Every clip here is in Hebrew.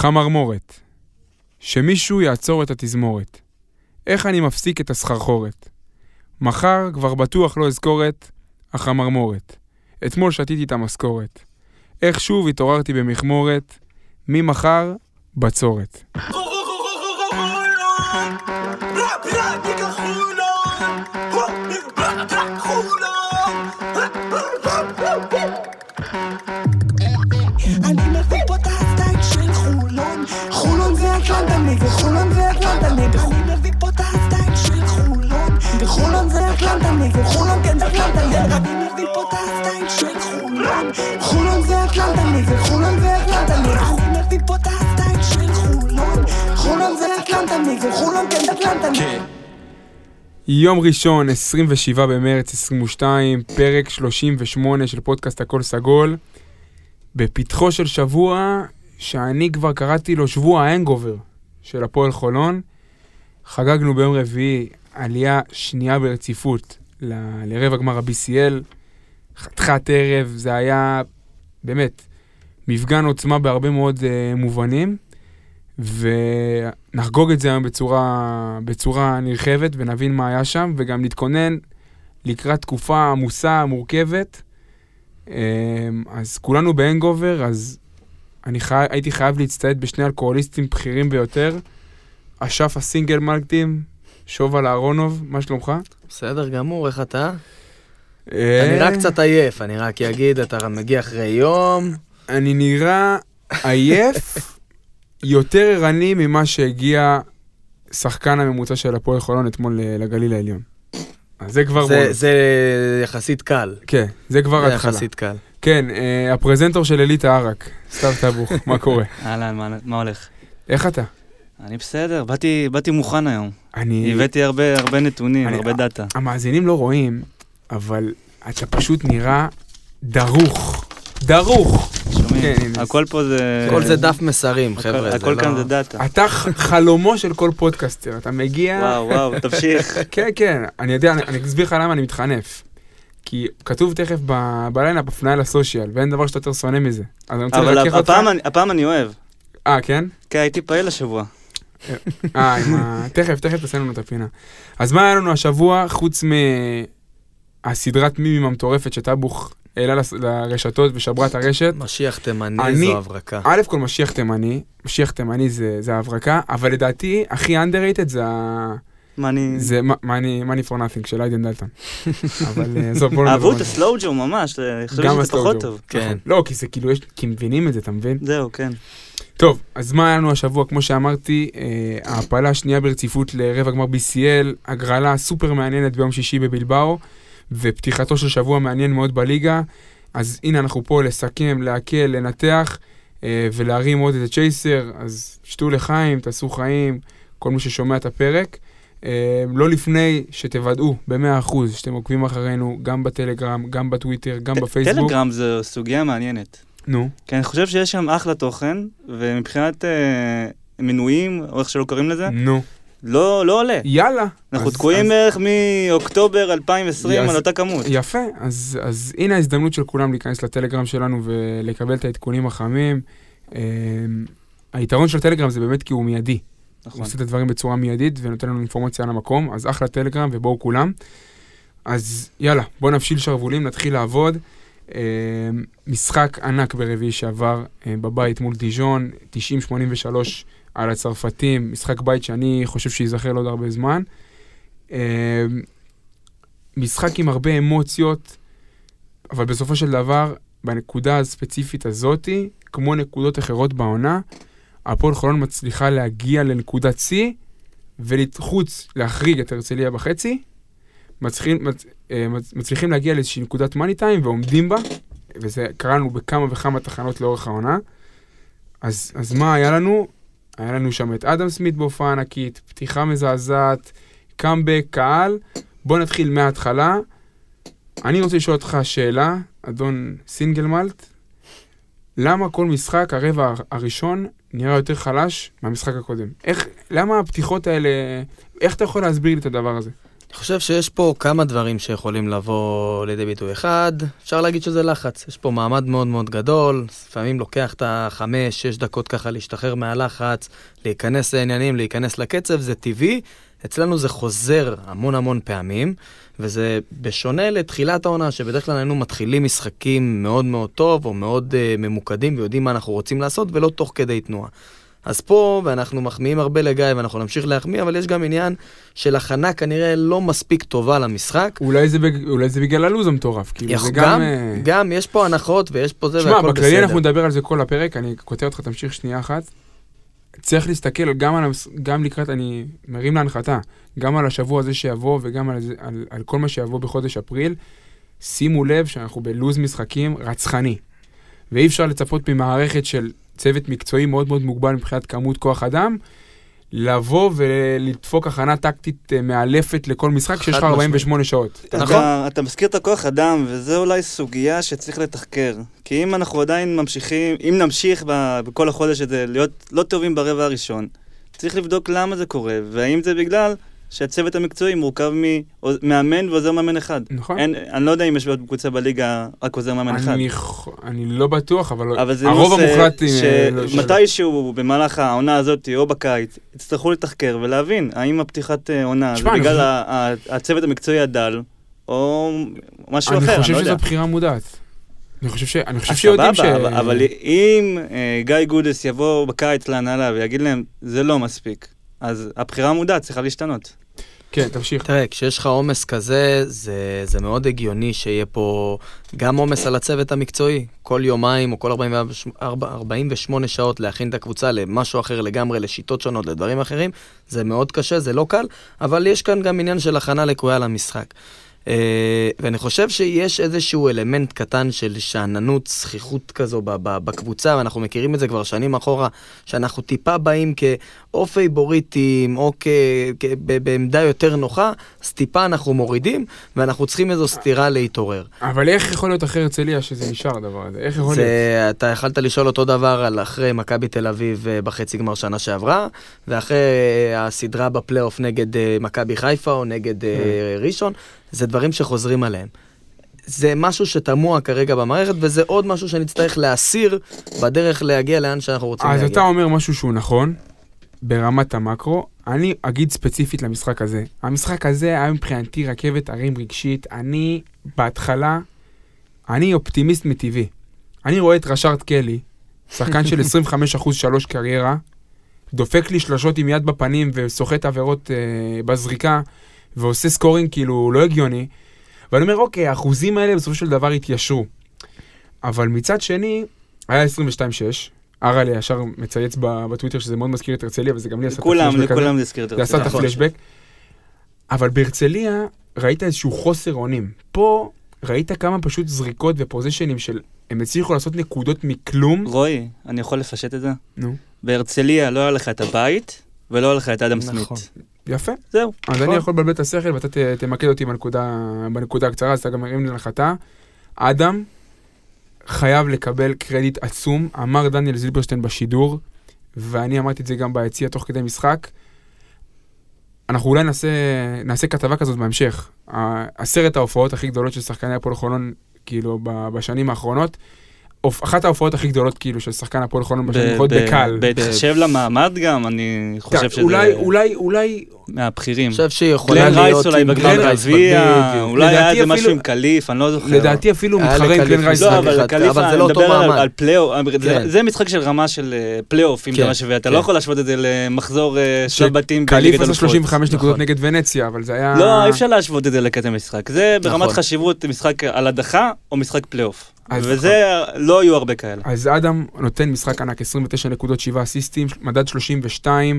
חמרמורת. שמישהו יעצור את התזמורת. איך אני מפסיק את הסחרחורת? מחר כבר בטוח לא אזכורת, החמרמורת. אתמול שתיתי את המשכורת. איך שוב התעוררתי במחמורת, ממחר בצורת. אני מביא פה את הסטייל של חולון, חולון זה אטלנטה, וחולון זה אטלנטה, אני מביא פה את הסטייל של חולון, וחולון זה אטלנטה, וחולון כן זה אטלנטה, אני מביא פה את הסטייל של חולון, חולון זה אטלנטה, וחולון זה אטלנטה, אני מביא פה את הסטייל של חולון, חולון זה אטלנטה, וחולון כן זה אטלנטה. יום ראשון, 27 במרץ 22, פרק 38 של פודקאסט הכל סגול. בפתחו של שבוע שאני כבר קראתי לו שבוע ההנגובר של הפועל חולון. חגגנו ביום רביעי עלייה שנייה ברציפות לרבע גמר ה-BCL. חתיכת ערב, זה היה באמת מפגן עוצמה בהרבה מאוד מובנים. ונחגוג את זה היום בצורה נרחבת ונבין מה היה שם, וגם נתכונן לקראת תקופה עמוסה, מורכבת. אז כולנו בהנגובר, אז הייתי חייב להצטעד בשני אלכוהוליסטים בכירים ביותר. אשף הסינגל מלטים, שובל אהרונוב, מה שלומך? בסדר גמור, איך אתה? אני רק קצת עייף, אני רק אגיד, אתה מגיע אחרי יום. אני נראה עייף, יותר ערני ממה שהגיע שחקן הממוצע של הפועל חולון אתמול לגליל העליון. אז זה כבר... זה יחסית קל. כן, זה כבר התחלה. זה יחסית קל. כן, הפרזנטור של אלית הערק, סתיו טבוך, מה קורה? אהלן, מה הולך? איך אתה? אני בסדר, באתי מוכן היום. אני... הבאתי הרבה נתונים, הרבה דאטה. המאזינים לא רואים, אבל אתה פשוט נראה דרוך. דרוך! שומעים, הכל פה זה... הכל זה דף מסרים, חבר'ה. הכל כאן זה דאטה. אתה חלומו של כל פודקאסטר, אתה מגיע... וואו, תמשיך. כן, אני יודע, אני אסביר לך למה אני מתחנף. כי כתוב תכף בליינאפ הפניה לסושיאל, ואין דבר שאתה יותר שונא מזה. אבל הפעם אני אוהב. כן? כן, הייתי פעיל השבוע. תכף תעשה לנו את הפינה. אז מה היה לנו השבוע, חוץ מהסדרת מימים המטורפת שטבוך העלה לרשתות ושברה את הרשת? משיח תימני זו הברקה. א' כל משיח תימני זה ההברקה, אבל לדעתי הכי underrated זה money for nothing של איידן דלטון. אהבו את הסלואו-ג'ו ממש, חשבתי שזה פחות טוב. לא, כי זה כאילו, כי מבינים את זה, אתה מבין? זהו, כן. טוב, אז מה היה לנו השבוע? כמו שאמרתי, ההפעלה השנייה ברציפות לרבע גמר BCL, הגרלה סופר מעניינת ביום שישי בבלבאו, ופתיחתו של שבוע מעניין מאוד בליגה. אז הנה אנחנו פה לסכם, להקל, לנתח, ולהרים עוד את הצ'ייסר. אז שתו לחיים, תעשו חיים, כל מי ששומע את הפרק. לא לפני שתוודאו ב100% שאתם עוקבים אחרינו, גם בטלגרם, גם בטוויטר, גם בפייסבוק. טלגרם זו סוגיה מעניינת. נו. כי אני חושב שיש שם אחלה תוכן, ומבחינת מנויים, או איך שלא קוראים לזה, לא עולה. יאללה. אנחנו תקועים בערך מאוקטובר 2020 על אותה כמות. יפה, אז הנה ההזדמנות של כולם להיכנס לטלגרם שלנו ולקבל את העדכונים החמים. היתרון של הטלגרם זה באמת כי הוא מיידי. הוא עושה את הדברים בצורה מיידית ונותן לנו אינפורמציה על המקום, אז אחלה טלגרם ובואו כולם. אז יאללה, בואו נפשיל שרבולים, נתחיל לעבוד. משחק ענק ברביעי שעבר בבית מול דיז'ון, 90-83 על הצרפתים, משחק בית שאני חושב שיזכר לו עוד הרבה זמן. משחק עם הרבה אמוציות, אבל בסופו של דבר, בנקודה הספציפית הזאת, כמו נקודות אחרות בעונה, הפועל חולון מצליחה להגיע לנקודת C, ולחוץ להחריג את הרצליה בחצי, מצליחים להגיע לאיזושהי נקודת מאני טיים, ועומדים בה, וזה קרה לנו בכמה וכמה תחנות לאורך העונה. אז מה היה לנו? היה לנו שם את אדם סמית בהופעה ענקית, פתיחה מזעזעת, קאמבק, קהל. בוא נתחיל מההתחלה. אני רוצה לשאול אותך שאלה, אדון סינגלמלט, למה כל משחק, הרבע הראשון, נראה יותר חלש מהמשחק הקודם? למה הפתיחות האלה, איך אתה יכול להסביר לי את הדבר הזה? אני חושב שיש פה כמה דברים שיכולים לבוא לידי ביטוי. אחד, אפשר להגיד שזה לחץ. יש פה מעמד מאוד מאוד גדול, לפעמים לוקח את 5-6 דקות ככה להשתחרר מהלחץ, להיכנס לעניינים, להיכנס לקצב, זה טבעי. אצלנו זה חוזר המון המון פעמים, וזה בשונה לתחילת העונה, שבדרך כלל היינו מתחילים משחקים מאוד מאוד טוב, או מאוד ממוקדים, ויודעים מה אנחנו רוצים לעשות, ולא תוך כדי תנועה. אז פה, ואנחנו מחמיאים הרבה לגיא, ואנחנו נמשיך להחמיא, אבל יש גם עניין של הכנה כנראה לא מספיק טובה למשחק. אולי זה בגלל הלוז המטורף. כאילו זה גם יש פה הנחות, ויש פה זה והכל בסדר. שמע, בכללי אנחנו נדבר על זה כל הפרק, אני כותב אותך, תמשיך שנייה אחת. צריך להסתכל גם לקראת, אני מרים להנחתה, גם על השבוע הזה שיבוא, וגם על כל מה שיבוא בחודש אפריל. שימו לב שאנחנו בלוז משחקים רצחני. ואי אפשר לצפות במערכת של צוות מקצועי מאוד מאוד מוגבל מבחינת כמות כוח אדם, לבוא ולדפוק הכנה טקטית מאלפת לכל משחק שיש לך 48 שעות. אתה מזכיר את הכוח אדם, וזה אולי סוגיה שצריך לתחקר. כי אם אנחנו עדיין ממשיכים, אם נמשיך בכל החודש הזה להיות לא טובים ברבע הראשון, צריך לבדוק למה זה קורה, והאם זה בגלל שהצוות המקצועי מורכב מאמן ועוזר מאמן אחד. נכון. אני לא יודע אם יש בקבוצה בליגה רק עוזר מאמן אחד. אני לא בטוח, אבל הרוב המוחלט... שמתישהו במהלך העונה הזאת או בקיץ, יצטרכו לתחקר ולהבין האם הפתיחת עונה זה בגלל הצוות המקצועי הדל, או משהו אחר, אני לא יודע. אני חושב שזאת בחירה מודעת. אני חושב שיודעים אבל אם גיא גודס יבוא בקיץ להנהלה ויגיד להם, זה לא מספיק, אז הבחירה המודעת צריכה להשתנות. כן, תמשיך. תראה, כשיש לך עומס כזה, זה מאוד הגיוני שיהיה פה גם עומס על הצוות המקצועי. כל יומיים או כל 48 שעות להכין את הקבוצה למשהו אחר לגמרי, לשיטות שונות, לדברים אחרים. זה מאוד קשה, זה לא קל, אבל יש כאן גם עניין של הכנה לקרויה למשחק. ואני חושב שיש איזשהו אלמנט קטן של שעננות, זכיחות כזו בקבוצה, ואנחנו מכירים את זה כבר שנים אחורה, שאנחנו טיפה באים או פייבוריטים, או בעמדה יותר נוחה, אז טיפה אנחנו מורידים, ואנחנו צריכים איזו סתירה להתעורר. אבל איך יכול להיות אחרי הרצליה שזה נשאר הדבר הזה? איך יכול להיות? אתה יכלת לשאול אותו דבר על אחרי מכבי תל אביב בחצי גמר שנה שעברה, ואחרי הסדרה בפלייאוף נגד מכבי חיפה או נגד ראשון, זה דברים שחוזרים עליהם. זה משהו שתמוע כרגע במערכת, וזה עוד משהו שנצטרך להסיר בדרך להגיע לאן שאנחנו רוצים להגיע. אז אתה אומר משהו שהוא נכון, ברמת המקרו. אני אגיד ספציפית למשחק הזה. המשחק הזה היה מבחינתי רכבת הרים רגשית. אני, בהתחלה, אני אופטימיסט מטבעי. אני רואה את רשארד קלי, שחקן של 25% 3 קריירה, דופק לי שלשות עם יד בפנים וסוחט עבירות בזריקה, ועושה סקורינג כאילו לא הגיוני, ואני אומר, אוקיי, האחוזים האלה בסופו של דבר התיישרו. אבל מצד שני, היה 22-6, ארלי ישר מצייץ בטוויטר שזה מאוד מזכיר את הרצליה, וזה גם לי עשה את הפלשבק הזה. לכולם זה הזכיר את הרצליה. זה עשה את הפלשבק. אבל בהרצליה ראית איזשהו חוסר אונים. פה ראית כמה פשוט זריקות ופוזישנים של, הם הצליחו לעשות נקודות מכלום. רועי, אני יכול לפשט את זה? נו. בהרצליה לא היה לך את הבית, ולא היה לך את אדם סמית. יפה. זהו. אז אני יכול לבלבל את השכל, ואתה תמקד אותי בנקודה הקצרה, אז אתה גם מרים לי להנחתה. אדם חייב לקבל קרדיט עצום, אמר דניאל זילברשטיין בשידור, ואני אמרתי את זה גם ביציע תוך כדי משחק. אנחנו אולי נעשה כתבה כזאת בהמשך. 10 ההופעות הכי גדולות של שחקני הפועל חולון, כאילו, בשנים האחרונות, אחת ההופעות הכי גדולות כאילו של שחקן הפועל חולון בשנים האחרונות בקל. בהתחשב למעמד גם, אני חושב שזה... אולי... מהבחירים. אני חושב שיכולה להיות... אולי בגלל רביע, אולי היה איזה משהו עם קליף, אני לא זוכר. לדעתי אפילו מתחרה עם קלן רייס. לא, אבל קליף, אני מדבר על פלייאוף, זה משחק של רמה של פלייאוף, אם זה מה שווה, אתה לא יכול להשוות את זה למחזור של בתים. קליף עשה 35 נקודות נגד ונציה, אבל זה היה... לא, אי אפשר להשוות את זה לקטע משחק. זה ברמת חשיבות משחק על הדחה או משחק פלייאוף. וזה לא יהיו הרבה כאלה. אז אדם נותן משחק ענק, 29.7 אסיסטים, מדד 32,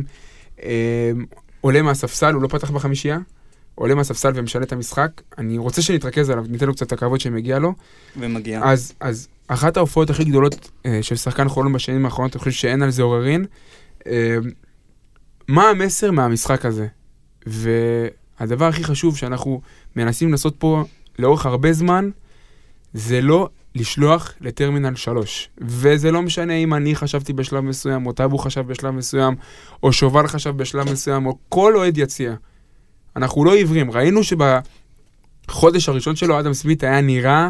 עולה מהספסל, הוא לא פתח בחמישייה, עולה מהספסל ומשנה את המשחק. אני רוצה שנתרכז עליו, ניתן לו קצת את הכבוד שמגיע לו. ומגיע. אז אחת ההופעות הכי גדולות של שחקן חולון בשנים האחרונות, אני חושב שאין על זה עוררין. מה המסר מהמשחק הזה? והדבר הכי חשוב שאנחנו מנסים לעשות פה לאורך הרבה זמן, זה לא לשלוח לטרמינל 3. וזה לא משנה אם אני חשבתי בשלב מסוים, או טאבו חשב בשלב מסוים, או שובל חשב בשלב מסוים, או כל אוהד יציע. אנחנו לא עיוורים. ראינו שבחודש הראשון שלו, אדם סמית היה נראה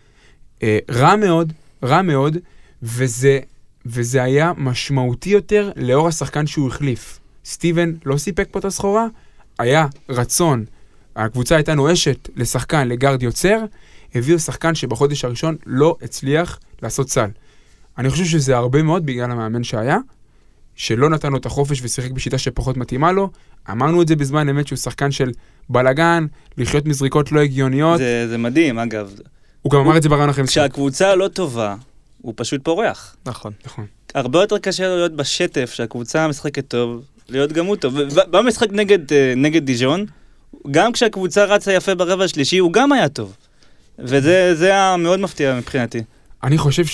רע מאוד, וזה היה משמעותי יותר לאור השחקן שהוא החליף. סטיבן לא סיפק פה את הסחורה, היה רצון, הקבוצה הייתה נואשת לשחקן, לגארד יוצר, הביאו שחקן שבחודש הראשון לא הצליח לעשות סל. אני חושב שזה הרבה מאוד בגלל המאמן שהיה, שלא נתן לו את החופש ושיחק בשיטה שפחות מתאימה לו. אמרנו את זה בזמן אמת שהוא שחקן של בלגן, לחיות מזריקות לא הגיוניות. זה מדהים, אגב. הוא גם אמר את זה ברעיון אחרי משחק. כשהקבוצה לא טובה, הוא פשוט פורח. נכון. הרבה יותר קשה להיות בשטף, שהקבוצה משחקת טוב, להיות גם הוא טוב. במשחק נגד דיז'ון, גם כשהקבוצה רצה יפה ברבע השלישי, הוא גם היה טוב. וזה היה מאוד מפתיע מבחינתי. אני חושב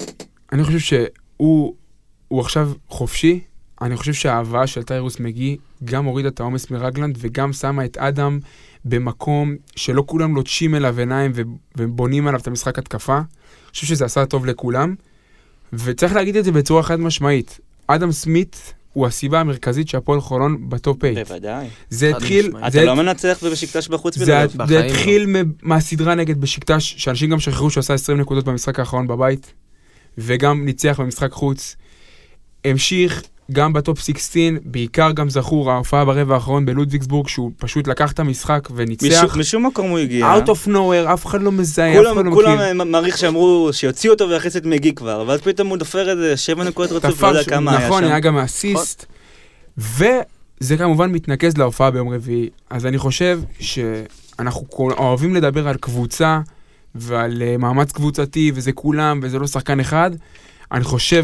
שהוא עכשיו חופשי. אני חושב שההבאה של טיירוס מגי גם הורידה את העומס מרגלנד, וגם שמה את אדם במקום שלא כולם לוטשים אליו עיניים ובונים עליו את המשחק התקפה. אני חושב שזה עשה טוב לכולם. וצריך להגיד את זה בצורה חד משמעית. אדם סמית הוא הסיבה המרכזית שהפועל חולון בטופ 8. בוודאי. זה התחיל... אתה לא מנצח בבשקטש בחוץ בלעדיו. זה התחיל מהסדרה נגד בשקטש, שאנשים גם שכחו שהוא עשה 20 נקודות במשחק האחרון בבית, וגם ניצח במשחק חוץ. המשיך גם בטופ 16, בעיקר גם זכור ההופעה ברבע האחרון בלודוויגסבורג, שהוא פשוט לקח את המשחק וניצח. משום מקום הוא הגיע. Out of nowhere, אף אחד לא מזהה, אף אחד לא מכיר. כולם מעריך שאמרו שיוציאו אותו ויחס את מגי כבר, ואז פתאום הוא דופר איזה 7 נקודות רצוף, לא יודע כמה היה שם. נכון, היה גם אסיסט. וזה כמובן מתנקז להופעה ביום רביעי. אז אני חושב שאנחנו אוהבים לדבר על קבוצה, ועל מאמץ קבוצתי, וזה כולם, וזה לא שחקן אחד. אני חושב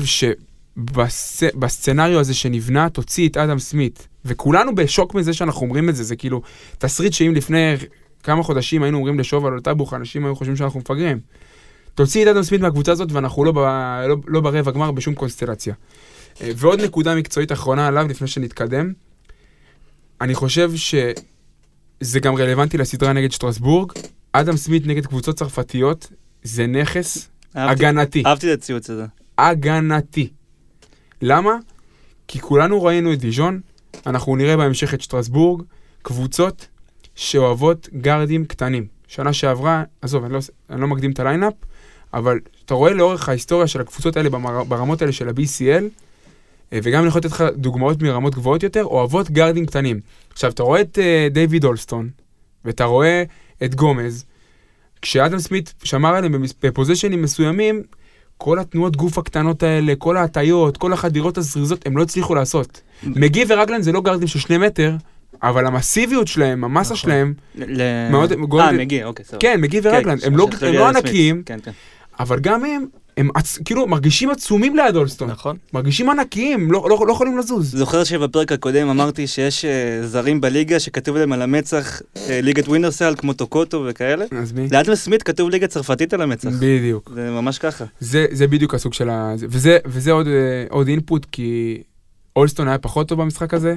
בסצנריו הזה שנבנה, תוציא את אדם סמית, וכולנו בשוק מזה שאנחנו אומרים את זה, זה כאילו תסריט שאם לפני כמה חודשים היינו אומרים לשוב על טאבוך, אנשים היו חושבים שאנחנו מפגרים. תוציא את אדם סמית מהקבוצה הזאת, ואנחנו לא ברבע גמר בשום קונסטלציה. ועוד נקודה מקצועית אחרונה עליו, לפני שנתקדם, אני חושב שזה גם רלוונטי לסדרה נגד שטרסבורג, אדם סמית נגד קבוצות צרפתיות, זה נכס הגנתי. אהבתי את הציוץ הזה. הגנתי. למה? כי כולנו ראינו את דיז'ון, אנחנו נראה בהמשך את שטרסבורג, קבוצות שאוהבות גארדים קטנים. שנה שעברה, עזוב, אני לא מקדים את הליינאפ, אבל אתה רואה לאורך ההיסטוריה של הקבוצות האלה ברמות האלה של ה-BCL, וגם אני יכול לתת לך דוגמאות מרמות גבוהות יותר, אוהבות גארדים קטנים. עכשיו, אתה רואה את דיוויד אולסטון, ואתה רואה את גומז, כשאדם סמית שמר עליהם בפוזישנים מסוימים, כל התנועות גוף הקטנות האלה, כל ההטיות, כל החדירות הזריזות, הם לא הצליחו לעשות. מגי ורגלן זה לא גארדים של 2 מטר, אבל המסיביות שלהם, המסה שלהם, מאוד... מגי, אוקיי, סבבה. כן, מגי ורגלן, הם לא ענקיים, אבל גם הם כאילו מרגישים עצומים ליד אולסטון. נכון. מרגישים ענקיים, לא יכולים לזוז. זוכר שבפרק הקודם אמרתי שיש זרים בליגה שכתוב להם על המצח ליגת ווינרסל, כמו טוקוטו וכאלה. אז מי? לאדם סמית כתוב ליגת צרפתית על המצח. בדיוק. זה ממש ככה. זה בדיוק הסוג של ה... וזה עוד אינפוט, כי אולסטון היה פחות טוב במשחק הזה.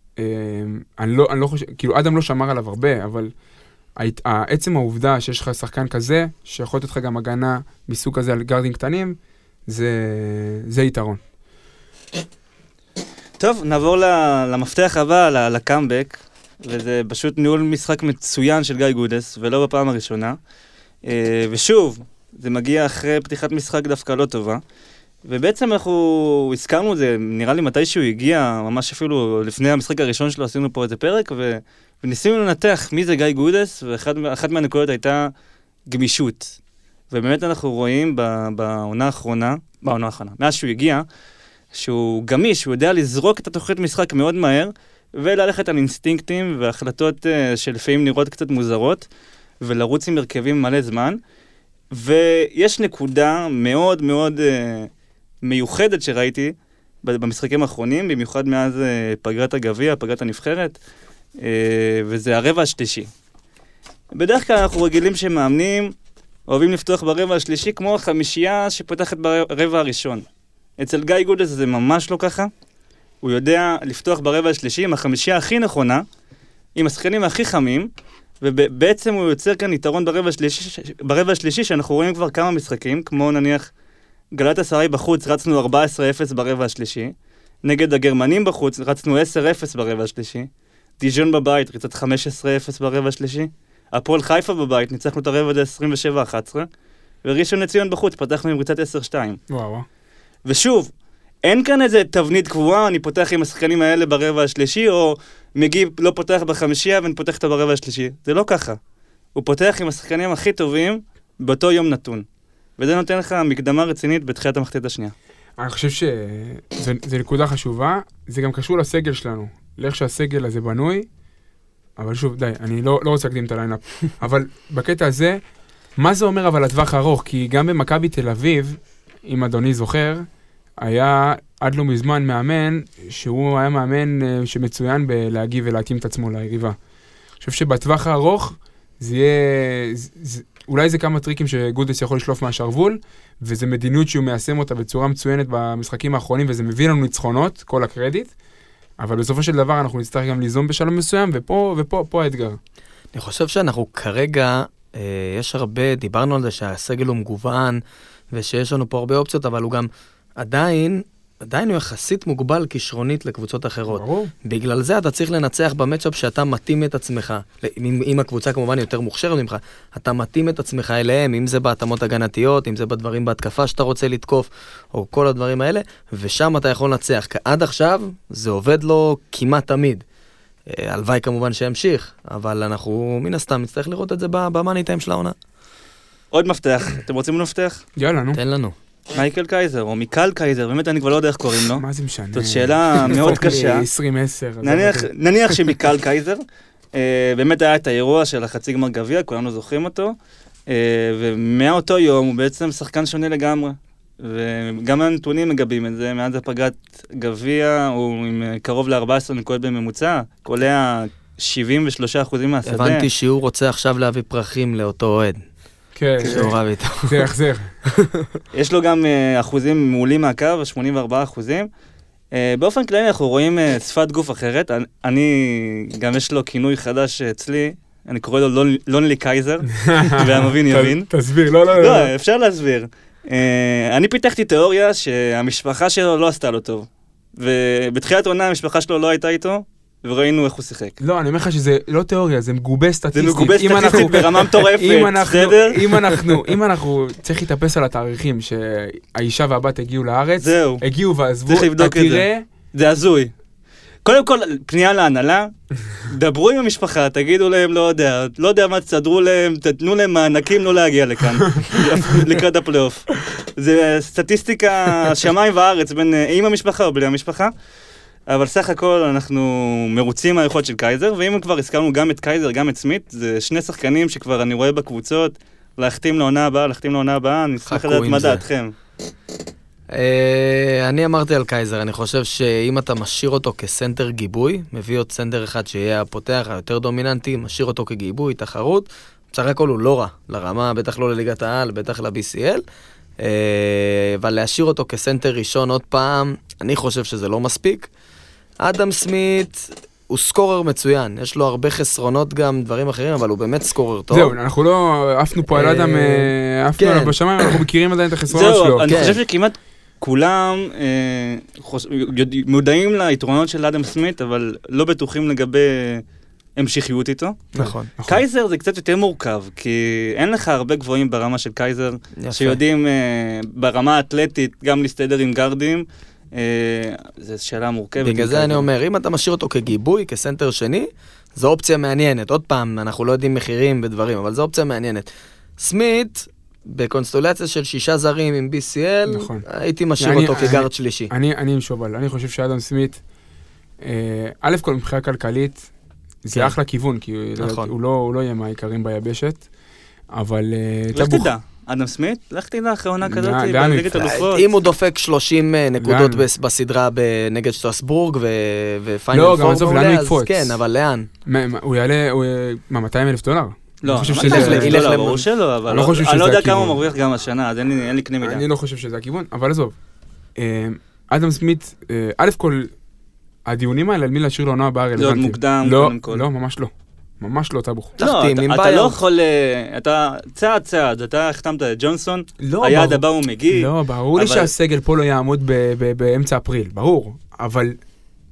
אני לא חושב, כאילו אדם לא שמר עליו הרבה, אבל עצם העובדה שיש לך שחקן כזה, שיכול לתת לך גם הגנה מסוג כזה על גארדים קטנים, זה יתרון. טוב, נעבור למפתח הבא, לקאמבק, וזה פשוט ניהול משחק מצוין של גיא גודס, ולא בפעם הראשונה. ושוב, זה מגיע אחרי פתיחת משחק דווקא לא טובה, ובעצם אנחנו הזכרנו את זה, נראה לי מתי שהוא הגיע, ממש אפילו לפני המשחק הראשון שלו עשינו פה איזה פרק, וניסינו לנתח מי זה גיא גודס, ואחת מהנקודות הייתה גמישות. ובאמת אנחנו רואים בעונה האחרונה, מאז שהוא הגיע, שהוא גמיש, הוא יודע לזרוק את התוכנית משחק מאוד מהר, וללכת על אינסטינקטים והחלטות שלפעמים נראות קצת מוזרות, ולרוץ עם הרכבים מלא זמן. ויש נקודה מאוד מאוד מיוחדת שראיתי במשחקים האחרונים, במיוחד מאז פגרת הגביע, פגרת הנבחרת, וזה הרבע השלישי. בדרך כלל אנחנו רגילים שמאמנים אוהבים לפתוח ברבע השלישי כמו החמישייה שפותחת ברבע הראשון. אצל גיא גודס זה ממש לא ככה. הוא יודע לפתוח ברבע השלישי עם החמישייה הכי נכונה, עם השחקנים הכי חמים, ובעצם הוא יוצר כאן יתרון ברבע השלישי שאנחנו רואים כבר כמה משחקים, כמו נניח גלאטסראי בחוץ רצנו 14-0 ברבע השלישי, נגד הגרמנים בחוץ רצנו 10-0 ברבע השלישי, דיז'ון בבית, ריצת 15-0 ברבע השלישי. הפועל חיפה בבית, ניצחנו את הרבע 27-11. וראשון לציון בחוץ, פתחנו עם ריצת 10-2. וואו. ושוב, אין כאן איזה תבנית קבועה, אני פותח עם השחקנים האלה ברבע השלישי, או מגיב לא פותח בחמישייה ואני פותח אותו ברבע השלישי. זה לא ככה. הוא פותח עם השחקנים הכי טובים באותו יום נתון. וזה נותן לך מקדמה רצינית בתחילת המחצית השנייה. אני חושב שזו נקודה חשובה, זה גם קשור לסגל שלנו, לאיך שהסגל הזה בנוי, אבל שוב, די, אני לא רוצה להקדים את הליינאפ, אבל בקטע הזה, מה זה אומר אבל לטווח הארוך? כי גם במכבי תל אביב, אם אדוני זוכר, היה עד לא מזמן מאמן, שהוא היה מאמן שמצוין בלהגיב ולהתאים את עצמו ליריבה. אני חושב שבטווח הארוך, זה יהיה, אולי זה כמה טריקים שגודס יכול לשלוף מהשרוול, וזה מדיניות שהוא מיישם אותה בצורה מצוינת במשחקים האחרונים, וזה מביא לנו ניצחונות, כל הקרדיט, אבל בסופו של דבר אנחנו נצטרך גם ליזום בשלום מסוים, ופה האתגר. אני חושב שאנחנו כרגע, יש הרבה, דיברנו על זה שהסגל הוא מגוון, ושיש לנו פה הרבה אופציות, אבל הוא גם עדיין הוא יחסית מוגבל כישרונית לקבוצות אחרות. ברור. בגלל זה אתה צריך לנצח במצ'אפ שאתה מתאים את עצמך, אם הקבוצה כמובן יותר מוכשרת ממך, אתה מתאים את עצמך אליהם, אם זה בהתאמות הגנתיות, אם זה בדברים בהתקפה שאתה רוצה לתקוף, או כל הדברים האלה, ושם אתה יכול לנצח. עד עכשיו זה עובד לו כמעט תמיד. הלוואי כמובן שימשיך, אבל אנחנו מן הסתם נצטרך לראות את זה במאני טיים של העונה. עוד מפתח. אתם רוצים מפתח? יאללה, נו. תן לנו. מייקל קייזר, או מיקל קייזר, באמת אני כבר לא יודע איך קוראים לו. מה זה משנה? זאת שאלה מאוד קשה. 20-10. נניח שמיקל קייזר, באמת היה את האירוע של החצי גמר גביע, כולנו זוכרים אותו, ומאותו יום הוא בעצם שחקן שונה לגמרי. וגם הנתונים מגבים את זה, מאז הפגרת גביע, הוא עם קרוב ל-14 נקודות בממוצע, קולע 73% מהשדה. הבנתי שהוא רוצה עכשיו להביא פרחים לאותו אוהד. כן, זה יחזר. יש לו גם אחוזים מעולים מהקו, 84%. באופן כללי אנחנו רואים שפת גוף אחרת. גם יש לו כינוי חדש אצלי, אני קורא לו לונלי קייזר, והמבין יבין. תסביר, לא. לא, אפשר להסביר. אני פיתחתי תיאוריה שהמשפחה שלו לא עשתה לו טוב. ובתחילת עונה המשפחה שלו לא הייתה איתו, וראינו איך הוא שיחק. לא, אני אומר לך שזה לא תיאוריה, זה מגובה סטטיסטית. זה מגובה סטטיסטית ברמה מטורפת, בסדר? אם אנחנו צריך להתאפס על התאריכים שהאישה והבת הגיעו לארץ, זהו. הגיעו ועזבו, צריך לבדוק את זה. זה הזוי. קודם כל, פנייה להנהלה, דברו עם המשפחה, תגידו להם, לא יודע מה תסדרו להם, תתנו להם מענקים לא להגיע לכאן, לקראת הפלייאוף. זה סטטיסטיקה שמיים וארץ בין עם המשפחה או בלי המשפחה. אבל סך הכל אנחנו מרוצים מהיכולת של קייזר, ואם כבר הזכרנו גם את קייזר, גם את סמית, זה שני שחקנים שכבר אני רואה בקבוצות, להחתים לעונה הבאה, אני אשמח לדעת מה דעתכם. אני אמרתי על קייזר, אני חושב שאם אתה משאיר אותו כסנטר גיבוי, מביא עוד סנטר אחד שיהיה הפותח היותר דומיננטי, משאיר אותו כגיבוי, תחרות, בסך הכל הוא לא רע, לרמה, בטח לא לליגת העל, בטח ל-BCL, אבל להשאיר אותו כסנטר ראשון עוד פעם, אני חושב שזה לא מספיק. אדם סמית הוא סקורר מצוין, יש לו הרבה חסרונות גם, דברים אחרים, אבל הוא באמת סקורר טוב. זהו, אנחנו לא עפנו פה על אדם, עפנו עליו בשמיים, אנחנו מכירים עדיין את החסרונות שלו. זהו, אני חושב שכמעט כולם מודעים ליתרונות של אדם סמית, אבל לא בטוחים לגבי המשכיות איתו. נכון. קייזר זה קצת יותר מורכב, כי אין לך הרבה גבוהים ברמה של קייזר, שיודעים ברמה האתלטית גם להסתדר עם גרדים, זו שאלה מורכבת. בגלל זה אני אומר, אם אתה משאיר אותו כגיבוי, כסנטר שני, זו אופציה מעניינת. עוד פעם, אנחנו לא יודעים מחירים ודברים, אבל זו אופציה מעניינת. סמית, בקונסטולציה של 6 זרים עם BCL, נכון. הייתי משאיר אותו כגארד שלישי. אני עם שובל, אני חושב שאדם סמית, א' כל מבחינה כלכלית, זה אחלה כיוון, כי הוא לא יהיה מהעיקרים ביבשת, אבל... לך תדע, אדם סמית, לך תדע אחרי עונה כזאת, בליגת אלופות. אם הוא דופק 30 נקודות בסדרה נגד שטרסבורג ופיינל פור, לא, גם עזוב, לאן הוא יקפוץ? כן, אבל לאן? הוא יעלה, $200,000? לא, ילך לברור שלו, אבל אני לא יודע כמה הוא מרוויח גם השנה, אז אין לי קנה מידה. אני לא חושב שזה הכיוון, אבל עזוב. אדם סמית, א' כל, הדיונים האלה על מי להשאיר לעונה הבאה רלוונטיים. זה עוד מוקדם, קודם כל. לא, ממש לא. ממש לא, אתה בוחר. לא, אתה לא יכול, אתה צעד, אתה החתמת את ג'ונסון, היעד הבא הוא מגיע. לא, ברור לי שהסגל פה לא יעמוד באמצע אפריל, ברור, אבל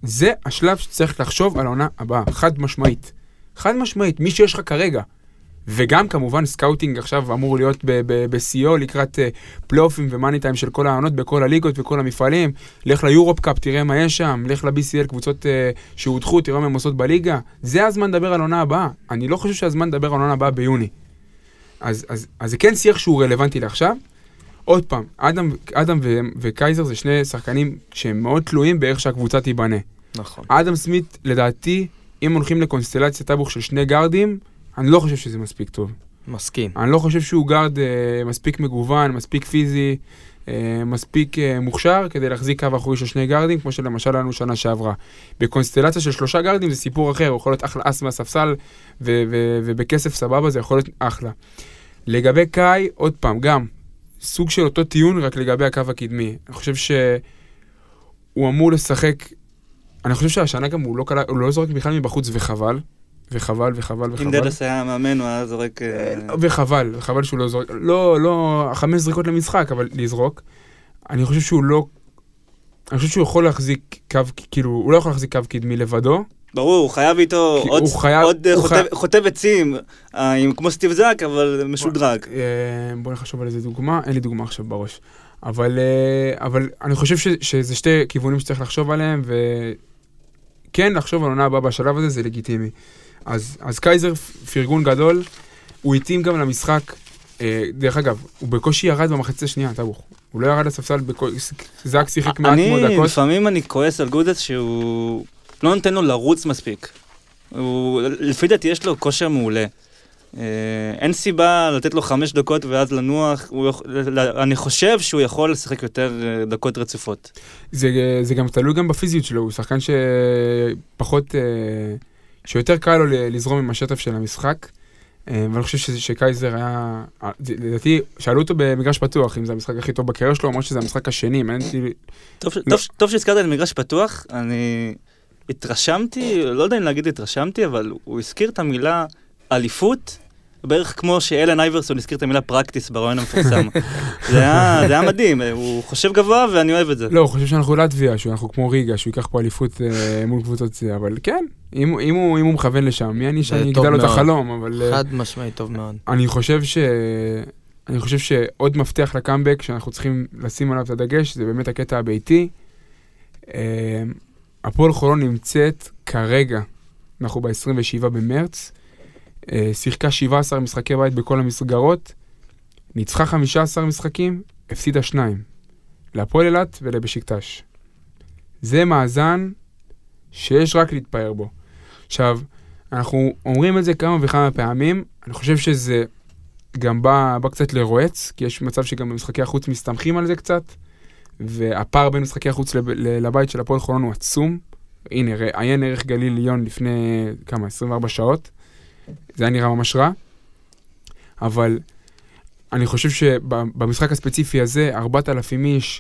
זה השלב שצריך לחשוב על העונה הבאה, חד משמעית. חד משמעית, מי שיש לך כרגע. וגם כמובן סקאוטינג עכשיו אמור להיות ב-CO לקראת פלייאופים ומאני טיים של כל העונות בכל הליגות וכל המפעלים. לך ליורופ קאפ, תראה מה יש שם, לך ל-BCL, קבוצות שהודחו, תראה מה הם עושות בליגה. זה הזמן לדבר על העונה הבאה. אני לא חושב שהזמן לדבר על העונה הבאה ביוני. אז זה כן שיח שהוא רלוונטי לעכשיו. עוד פעם, אדם וקייזר זה שני שחקנים שהם מאוד תלויים באיך שהקבוצה תיבנה. נכון. אדם סמית, לדעתי, אם הולכים לקונסטלציה טבוך של שני גארדים, אני לא חושב שזה מספיק טוב. מסכים. אני לא חושב שהוא גארד מספיק מגוון, מספיק פיזי, מספיק מוכשר, כדי להחזיק קו אחורי של שני גארדים, כמו שלמשל לנו שנה שעברה. בקונסטלציה של 3 גארדים זה סיפור אחר, הוא יכול להיות אחלה אס מהספסל, ובכסף סבבה זה יכול להיות אחלה. לגבי קאי, עוד פעם, גם סוג של אותו טיעון, רק לגבי הקו הקדמי. אני חושב שהוא אמור לשחק, אני חושב שהשנה גם הוא לא זורק בכלל מבחוץ וחבל. וחבל. אם דדס היה מאמן, הוא היה זורק... וחבל שהוא לא זורק. לא 5 זריקות למשחק, אבל לזרוק. אני חושב שהוא לא... אני חושב שהוא יכול להחזיק קו, כאילו, הוא לא יכול להחזיק קו קדמי לבדו. ברור, הוא חייב איתו עוד חוטב עצים, כמו סטיב זאק, אבל משודרג. בוא נחשוב על איזה דוגמה, אין לי דוגמה עכשיו בראש. אבל אני חושב שזה שתי כיוונים שצריך לחשוב עליהם, וכן, לחשוב על עונה הבאה בשלב הזה, זה לגיטימי. אז קייזר פרגון גדול, הוא התאים גם למשחק, דרך אגב, הוא בקושי ירד במחצית השנייה, טבוך. הוא לא ירד לספסל, זאק שיחק מעט מאוד דקות. לפעמים אני כועס על גודס שהוא לא נותן לו לרוץ מספיק. לפי דעתי יש לו כושר מעולה. אין סיבה לתת לו 5 דקות ואז לנוח. אני חושב שהוא יכול לשחק יותר דקות רצופות. זה גם תלוי גם בפיזיות שלו, הוא שחקן שפחות... שיותר קל לו לזרום עם השטף של המשחק, ואני חושב שקייזר היה, לדעתי, שאלו אותו במגרש פתוח, אם זה המשחק הכי טוב בקריירה שלו, אמרו שזה המשחק השני, טוב שהזכרת את מגרש פתוח, אני התרשמתי, לא יודע אם להגיד התרשמתי, אבל הוא הזכיר את המילה אליפות, בערך כמו שאלן אייברסון הזכיר את המילה פרקטיס ברעיון המפורסם. זה היה מדהים, הוא חושב גבוה ואני אוהב את זה. לא, הוא חושב שאנחנו לטביה, שאנחנו כמו ריגה, שהוא ייקח פה אליפות מול קבוצות זה, אבל כן, אם הוא מכוון לשם, מי אני שאני אגדל לו את החלום, אבל... חד משמעי, טוב מאוד. אני חושב שעוד מפתח לקאמבק, שאנחנו צריכים לשים עליו את הדגש, זה באמת הקטע הביתי. הפועל חולון נמצאת כרגע, אנחנו ב-27 במרץ, שיחקה 17 משחקי בית בכל המסגרות, ניצחה 15 משחקים, הפסידה 2, להפועל אילת ולבשיקטש. זה מאזן שיש רק להתפאר בו. עכשיו, אנחנו אומרים את זה כמה וכמה פעמים, אני חושב שזה גם בא קצת לרועץ, כי יש מצב שגם במשחקי החוץ מסתמכים על זה קצת, והפער בין משחקי החוץ לבית של הפועל חולון הוא עצום. הנה, עיין ערך גליל ליון לפני 24 שעות, זה היה נראה ממש רע, אבל אני חושב שבמשחק הספציפי הזה, 4,000 איש...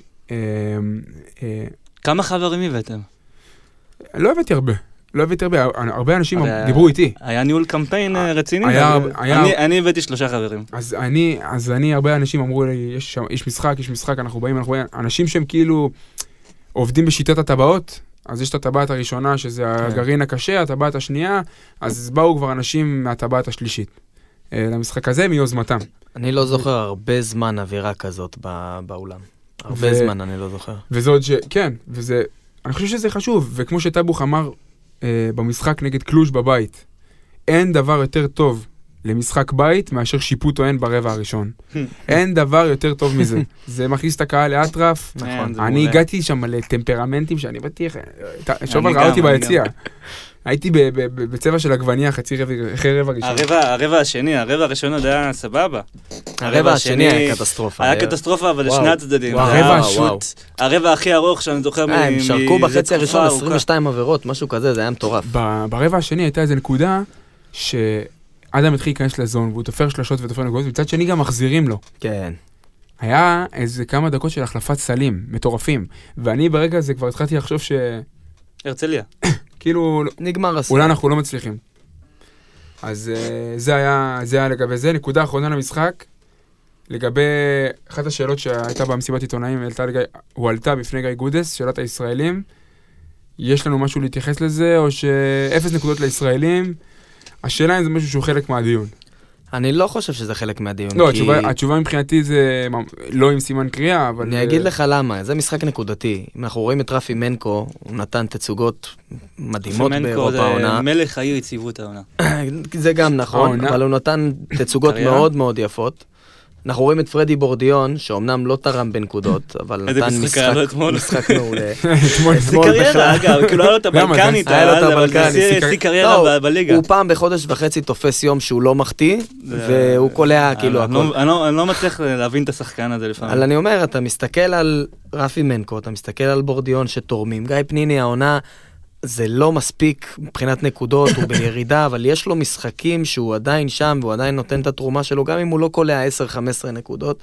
כמה חברים הבאתם? לא הבאתי הרבה, הרבה אנשים דיברו איתי. היה ניהול קמפיין רציני, אני הבאתי 3 חברים. אז הרבה אנשים אמרו לי, יש משחק, אנחנו באים, אנשים שהם כאילו עובדים בשיטת הטבעות, אז יש את הטבעת הראשונה, שזה הגרעין הקשה, הטבעת השנייה, אז באו כבר אנשים מהטבעת השלישית. למשחק הזה מיוזמתם. אני לא זוכר הרבה זמן אווירה כזאת באולם. הרבה זמן אני לא זוכר. וזה עוד כן, אני חושב שזה חשוב, וכמו שטבוך אמר במשחק נגד קלוז' בבית, אין דבר יותר טוב למשחק בית מאשר שיפוט טוען ברבע הראשון. אין דבר יותר טוב מזה. זה מכניס את הקהל לאטרף. אני הגעתי שם לטמפרמנטים שאני באתי, שוב ראה אותי ביציאה. הייתי בצבע של עגבניה אחרי רבע ראשון. הרבע השני, הרבע הראשון עוד היה סבבה. הרבע השני היה קטסטרופה. היה קטסטרופה, אבל לשני הצדדים. הרבע הכי ארוך שאני זוכר הם שרקו בחצי הראשון 22 עבירות, משהו כזה, זה היה מטורף. ברבע השני הייתה איזו נקודה אדם התחיל להיכנס לזון, והוא תופר שלשות ותופר נקודות, ובצד שני גם מחזירים לו. כן. היה איזה כמה דקות של החלפת סלים, מטורפים. ואני ברגע הזה כבר התחלתי לחשוב הרצליה. כאילו... נגמר הסל. אולי אנחנו לא מצליחים. אז זה היה לגבי זה. נקודה אחרונה למשחק, לגבי אחת השאלות שהייתה במסיבת עיתונאים, הועלתה בפני גיא גודס, שאלת הישראלים. יש לנו משהו להתייחס לזה, או שאפס נקודות לישראלים? השאלה אם זה משהו שהוא חלק מהדיון. אני לא חושב שזה חלק מהדיון. לא, התשובה מבחינתי זה לא עם סימן קריאה, אבל... אני אגיד לך למה, זה משחק נקודתי. אם אנחנו רואים את רפי מנקו, הוא נתן תצוגות מדהימות באירופה העונה. מנקו זה מלך העיר יציבות העונה. זה גם נכון, אבל הוא נתן תצוגות מאוד מאוד יפות. אנחנו רואים את פרדי בורדיון, שאומנם לא תרם בנקודות, אבל נתן משחק מעולה. זה קריירה, אגב, כאילו היה לו את הבלקנית, אבל זה שיא קריירה בליגה. הוא פעם בחודש וחצי תופס יום שהוא לא מחטיא, והוא קולע כאילו הכל. אני לא מצליח להבין את השחקן הזה לפעמים. אבל אני אומר, אתה מסתכל על רפי מנקו, אתה מסתכל על בורדיון שתורמים, גיא פניני העונה, זה לא מספיק מבחינת נקודות, הוא בירידה, אבל יש לו משחקים שהוא עדיין שם, והוא עדיין נותן את התרומה שלו, גם אם הוא לא קולע 10-15 נקודות.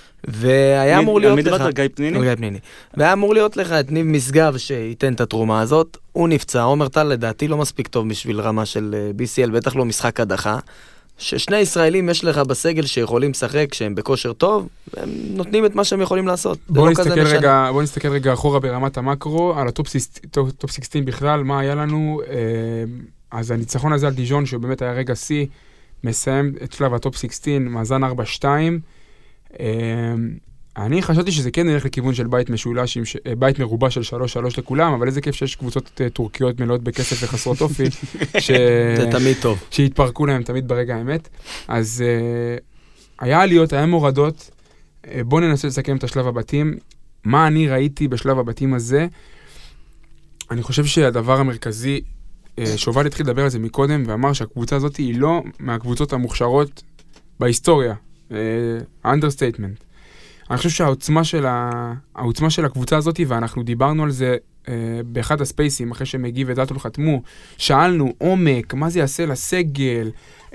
והיה אמור להיות לך... גיא פניני? גיא פניני. והיה אמור להיות לך את ניב משגב שייתן את התרומה הזאת. הוא נפצע, עומר טל לדעתי לא מספיק טוב בשביל רמה של BCL, בטח לא משחק הדחה. ששני ישראלים יש לך בסגל שיכולים לשחק, שהם בכושר טוב, והם נותנים את מה שהם יכולים לעשות. בואו נסתכל רגע אחורה ברמת המקרו, על הטופ 16 בכלל, מה היה לנו. אז הניצחון הזה על דיז'ון, שהוא באמת היה רגע C, מסיים את שלב הטופ 16, מאזן 4-2. אני חשבתי שזה כן נלך לכיוון של בית משולש, בית מרובה של 3-3 לכולם, אבל איזה כיף שיש קבוצות טורקיות מלאות בכסף וחסרות אופי, זה תמיד טוב. שהתפרקו להם תמיד ברגע האמת. אז היה עליות, היה מורדות, בואו ננסה לסכם את השלב הבתים. מה אני ראיתי בשלב הבתים הזה? אני חושב שהדבר המרכזי, שובל התחיל לדבר על זה מקודם, ואמר שהקבוצה הזאת היא לא מהקבוצות המוכשרות בהיסטוריה. understatement. אני חושב שהעוצמה של הקבוצה הזאת, ואנחנו דיברנו על זה באחד הספייסים, אחרי שמגיב ודלתון חתמו, שאלנו עומק, מה זה יעשה לסגל,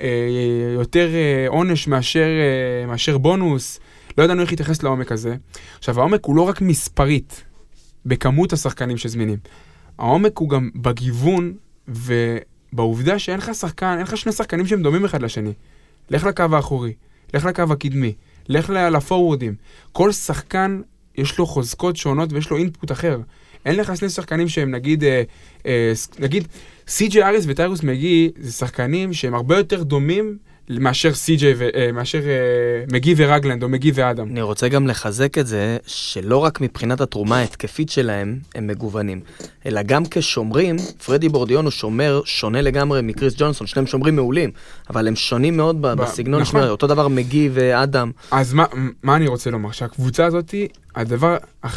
יותר עונש מאשר בונוס, לא ידענו איך להתייחס לעומק הזה. עכשיו, העומק הוא לא רק מספרית, בכמות השחקנים שזמינים. העומק הוא גם בגיוון, ובעובדה שאין לך שחקן, אין לך שני שחקנים שהם דומים אחד לשני. לך לקו האחורי, לך לקו הקדמי, לך לפורורדים. כל שחקן יש לו חוזקות שונות ויש לו אינפוט אחר. אין לך שני שחקנים שהם נגיד סי.ג'יי אריס וטיירוס מגי, זה שחקנים שהם הרבה יותר דומים מאשר מאשר מגי ורגלנד או מגי ואדם. אני רוצה גם לחזק את זה שלא רק מבחינת התרומה ההתקפית שלהם הם מגוונים, אלא גם כשומרים, פרדי בורדיון הוא שומר שונה לגמרי מקריס ג'ונסון, שניהם שומרים מעולים, אבל הם שונים מאוד בסגנון נכון. שומר, אותו דבר מגי ואדם. אז מה אני רוצה לומר? שהקבוצה הזאת, הדבר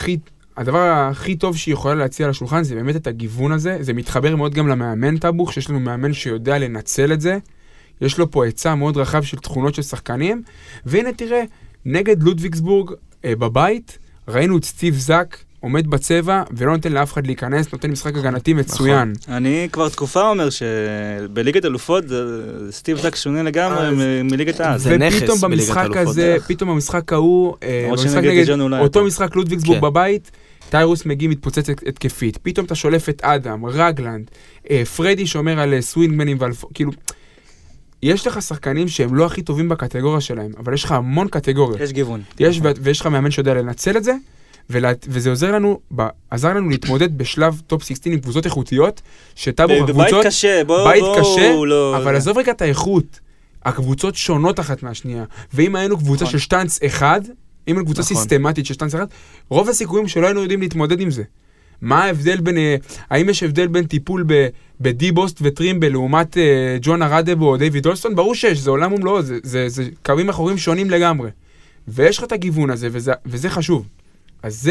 הכי טוב שהיא יכולה להציע לשולחן זה באמת את הגיוון הזה, זה מתחבר מאוד גם למאמן טאבוך, שיש לנו מאמן שיודע לנצל את זה, יש לו פה היצע מאוד רחב של תכונות של שחקנים, והנה תראה, נגד לודוויגסבורג בבית, ראינו את סטיב זק עומד בצבע, ולא נותן לאף אחד להיכנס, נותן משחק הגנתי מצוין. אני כבר תקופה אומר שבליגת אלופות, סטיב זק שונה לגמרי מליגת העז. ופתאום במשחק הזה, פתאום במשחק ההוא, אותו משחק לודוויגסבורג בבית, טיירוס מגי מתפוצץ התקפית, פתאום אתה שולף את אדם, רגלנד, פרדי שאומר על סווינגמנים כאילו, יש לך שחקנים שהם לא הכי טובים בקטגוריה שלהם, אבל יש לך המון קטגוריות. יש גיוון. ויש לך מאמן שיודע לנצל את זה, וזה עזר לנו להתמודד בשלב טופ 16 עם קבוצות איכותיות, שטאבו בקבוצות... בבית קשה, בית קשה, אבל עזוב רגע את האיכות. הקבוצות שונות אחת מהשנייה. ואם היינו קבוצה של שטנץ אחד, אם היינו קבוצה סיסטמטית של שטנץ אחד, רוב הסיכויים שלא היינו יודעים להתמודד עם זה. מה ההבדל בין, האם יש הבדל בין טיפול בדי-בוסט וטרימבל לעומת ג'ון ארדבו או דיוויד אולסטון? ברור שיש, זה עולם ומלואו, זה קווים אחורים שונים לגמרי. ויש לך את הגיוון הזה, וזה חשוב. אז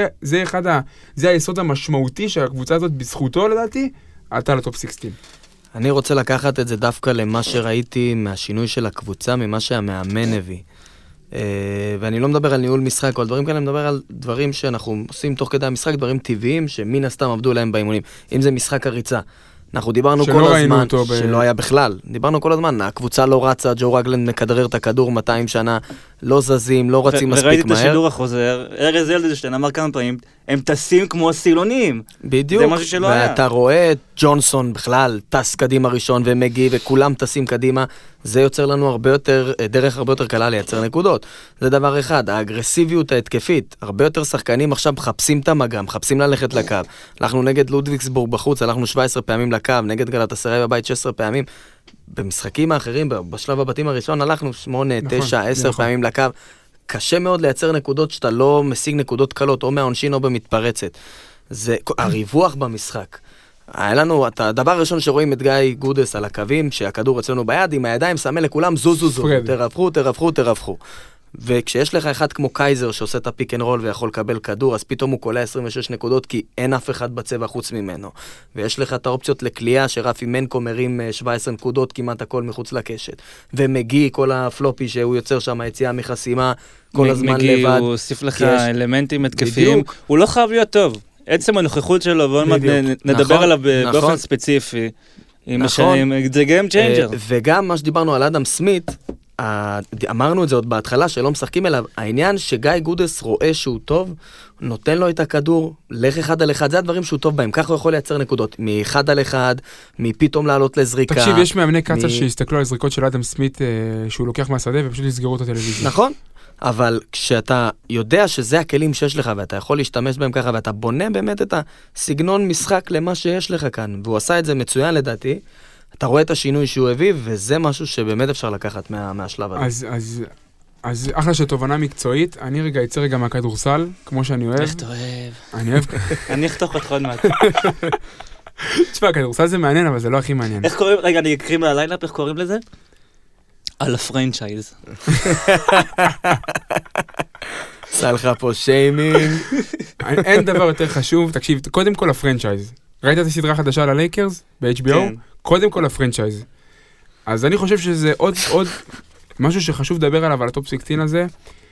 זה היסוד המשמעותי שהקבוצה הזאת בזכותו לדעתי, עלתה לטופ 16. אני רוצה לקחת את זה דווקא למה שראיתי מהשינוי של הקבוצה, ממה שהמאמן הביא. ואני לא מדבר על ניהול משחק או על דברים כאלה, אני מדבר על דברים שאנחנו עושים תוך כדי המשחק, דברים טבעיים שמן הסתם עבדו להם באימונים. אם זה משחק הריצה, אנחנו דיברנו כל הזמן, שלא היה בכלל. דיברנו כל הזמן, הקבוצה לא רצה, ג'ו רגלנד מכדרר את הכדור 200 שנה, לא זזים, לא רצים מספיק מהר. וראיתי את השידור החוזר, ארז אלדשטיין אמר כמה פעמים, הם טסים כמו סילונים. בדיוק. זה משהו שלא היה. ואתה רואה את ג'ונסון בכלל, טס קדימה ראשון ומגיע, וכולם טסים קדימה, זה יוצר לנו דרך הרבה יותר קלה לייצר נקודות. זה דבר אחד, האגרסיביות ההתקפית, הרבה יותר שחקנים עכשיו מחפשים את המגע, מחפשים ללכת לקו. הלכנו נגד לודוויגסבורג בחוץ, הלכנו 17 פעמים לקו, נגד גלאטסראי בבית 16 פעמים. במשחקים האחרים, בשלב הבתים הראשון, הלכנו 8, 9, 10 פעמים לקו. קשה מאוד לייצר נקודות שאתה לא משיג נקודות קלות, או מהעונשין או במתפרצת. זה הריווח במשחק. היה לנו, הדבר הראשון שרואים את גיא גודס על הקווים, שהכדור אצלנו ביד, עם הידיים סמל לכולם, זו, תרווחו. וכשיש לך אחד כמו קייזר שעושה את הפיק אנד רול ויכול לקבל כדור, אז פתאום הוא קולע 26 נקודות, כי אין אף אחד בצבע חוץ ממנו. ויש לך את האופציות לקליעה, שרפי מנקו מרים 17 נקודות, כמעט הכל מחוץ לקשת. ומגי, כל הפלופי שהוא יוצר שם, היציאה מחסימה, כל הזמן לבד. מגי, הוא הוסיף לך אלמנטים התקפיים. הוא לא חייב להיות טוב. עצם הנוכחות שלו, ועוד מעט נדבר עליו באופן ספציפי. זה גיים צ'יינג'ר. וגם מה שדיברנו על אדם סמית, אמרנו את זה עוד בהתחלה, שלא משחקים אליו, העניין שגיא גודס רואה שהוא טוב, נותן לו את הכדור, לך אחד על אחד, זה הדברים שהוא טוב בהם, ככה הוא יכול לייצר נקודות, מאחד על אחד, מפתאום לעלות לזריקה. תקשיב, יש מאמני קצה שהסתכלו על זריקות של אדם סמית, שהוא לוקח מהשדה, ופשוט יסגרו את הטלוויזיה. נכון, אבל כשאתה יודע שזה הכלים שיש לך, ואתה יכול להשתמש בהם ככה, ואתה בונה באמת את הסגנון משחק למה שיש לך כאן, והוא עשה את זה מצוין לדעתי, אתה רואה את השינוי שהוא הביא, וזה משהו שבאמת אפשר לקחת מהשלב הזה. אז אחלה של תובנה מקצועית, אני יצא רגע מהכדורסל, כמו שאני אוהב. איך אתה אוהב? אני אוהב. אני אחתוך אותך עוד מעט. תשמע, הכדורסל זה מעניין, אבל זה לא הכי מעניין. איך קוראים, רגע, אני אקריא מהליינאפ, איך קוראים לזה? על הפרנצ'ייז. עשה לך פה שיימינג. אין דבר יותר חשוב, תקשיב, קודם כל הפרנצ'ייז. ראית את הסדרה החדשה ללייקרס ב-HBO? כן. קודם כל הפרנצ'ייז. אז אני חושב שזה עוד משהו שחשוב לדבר עליו, על הטופ 16 הזה.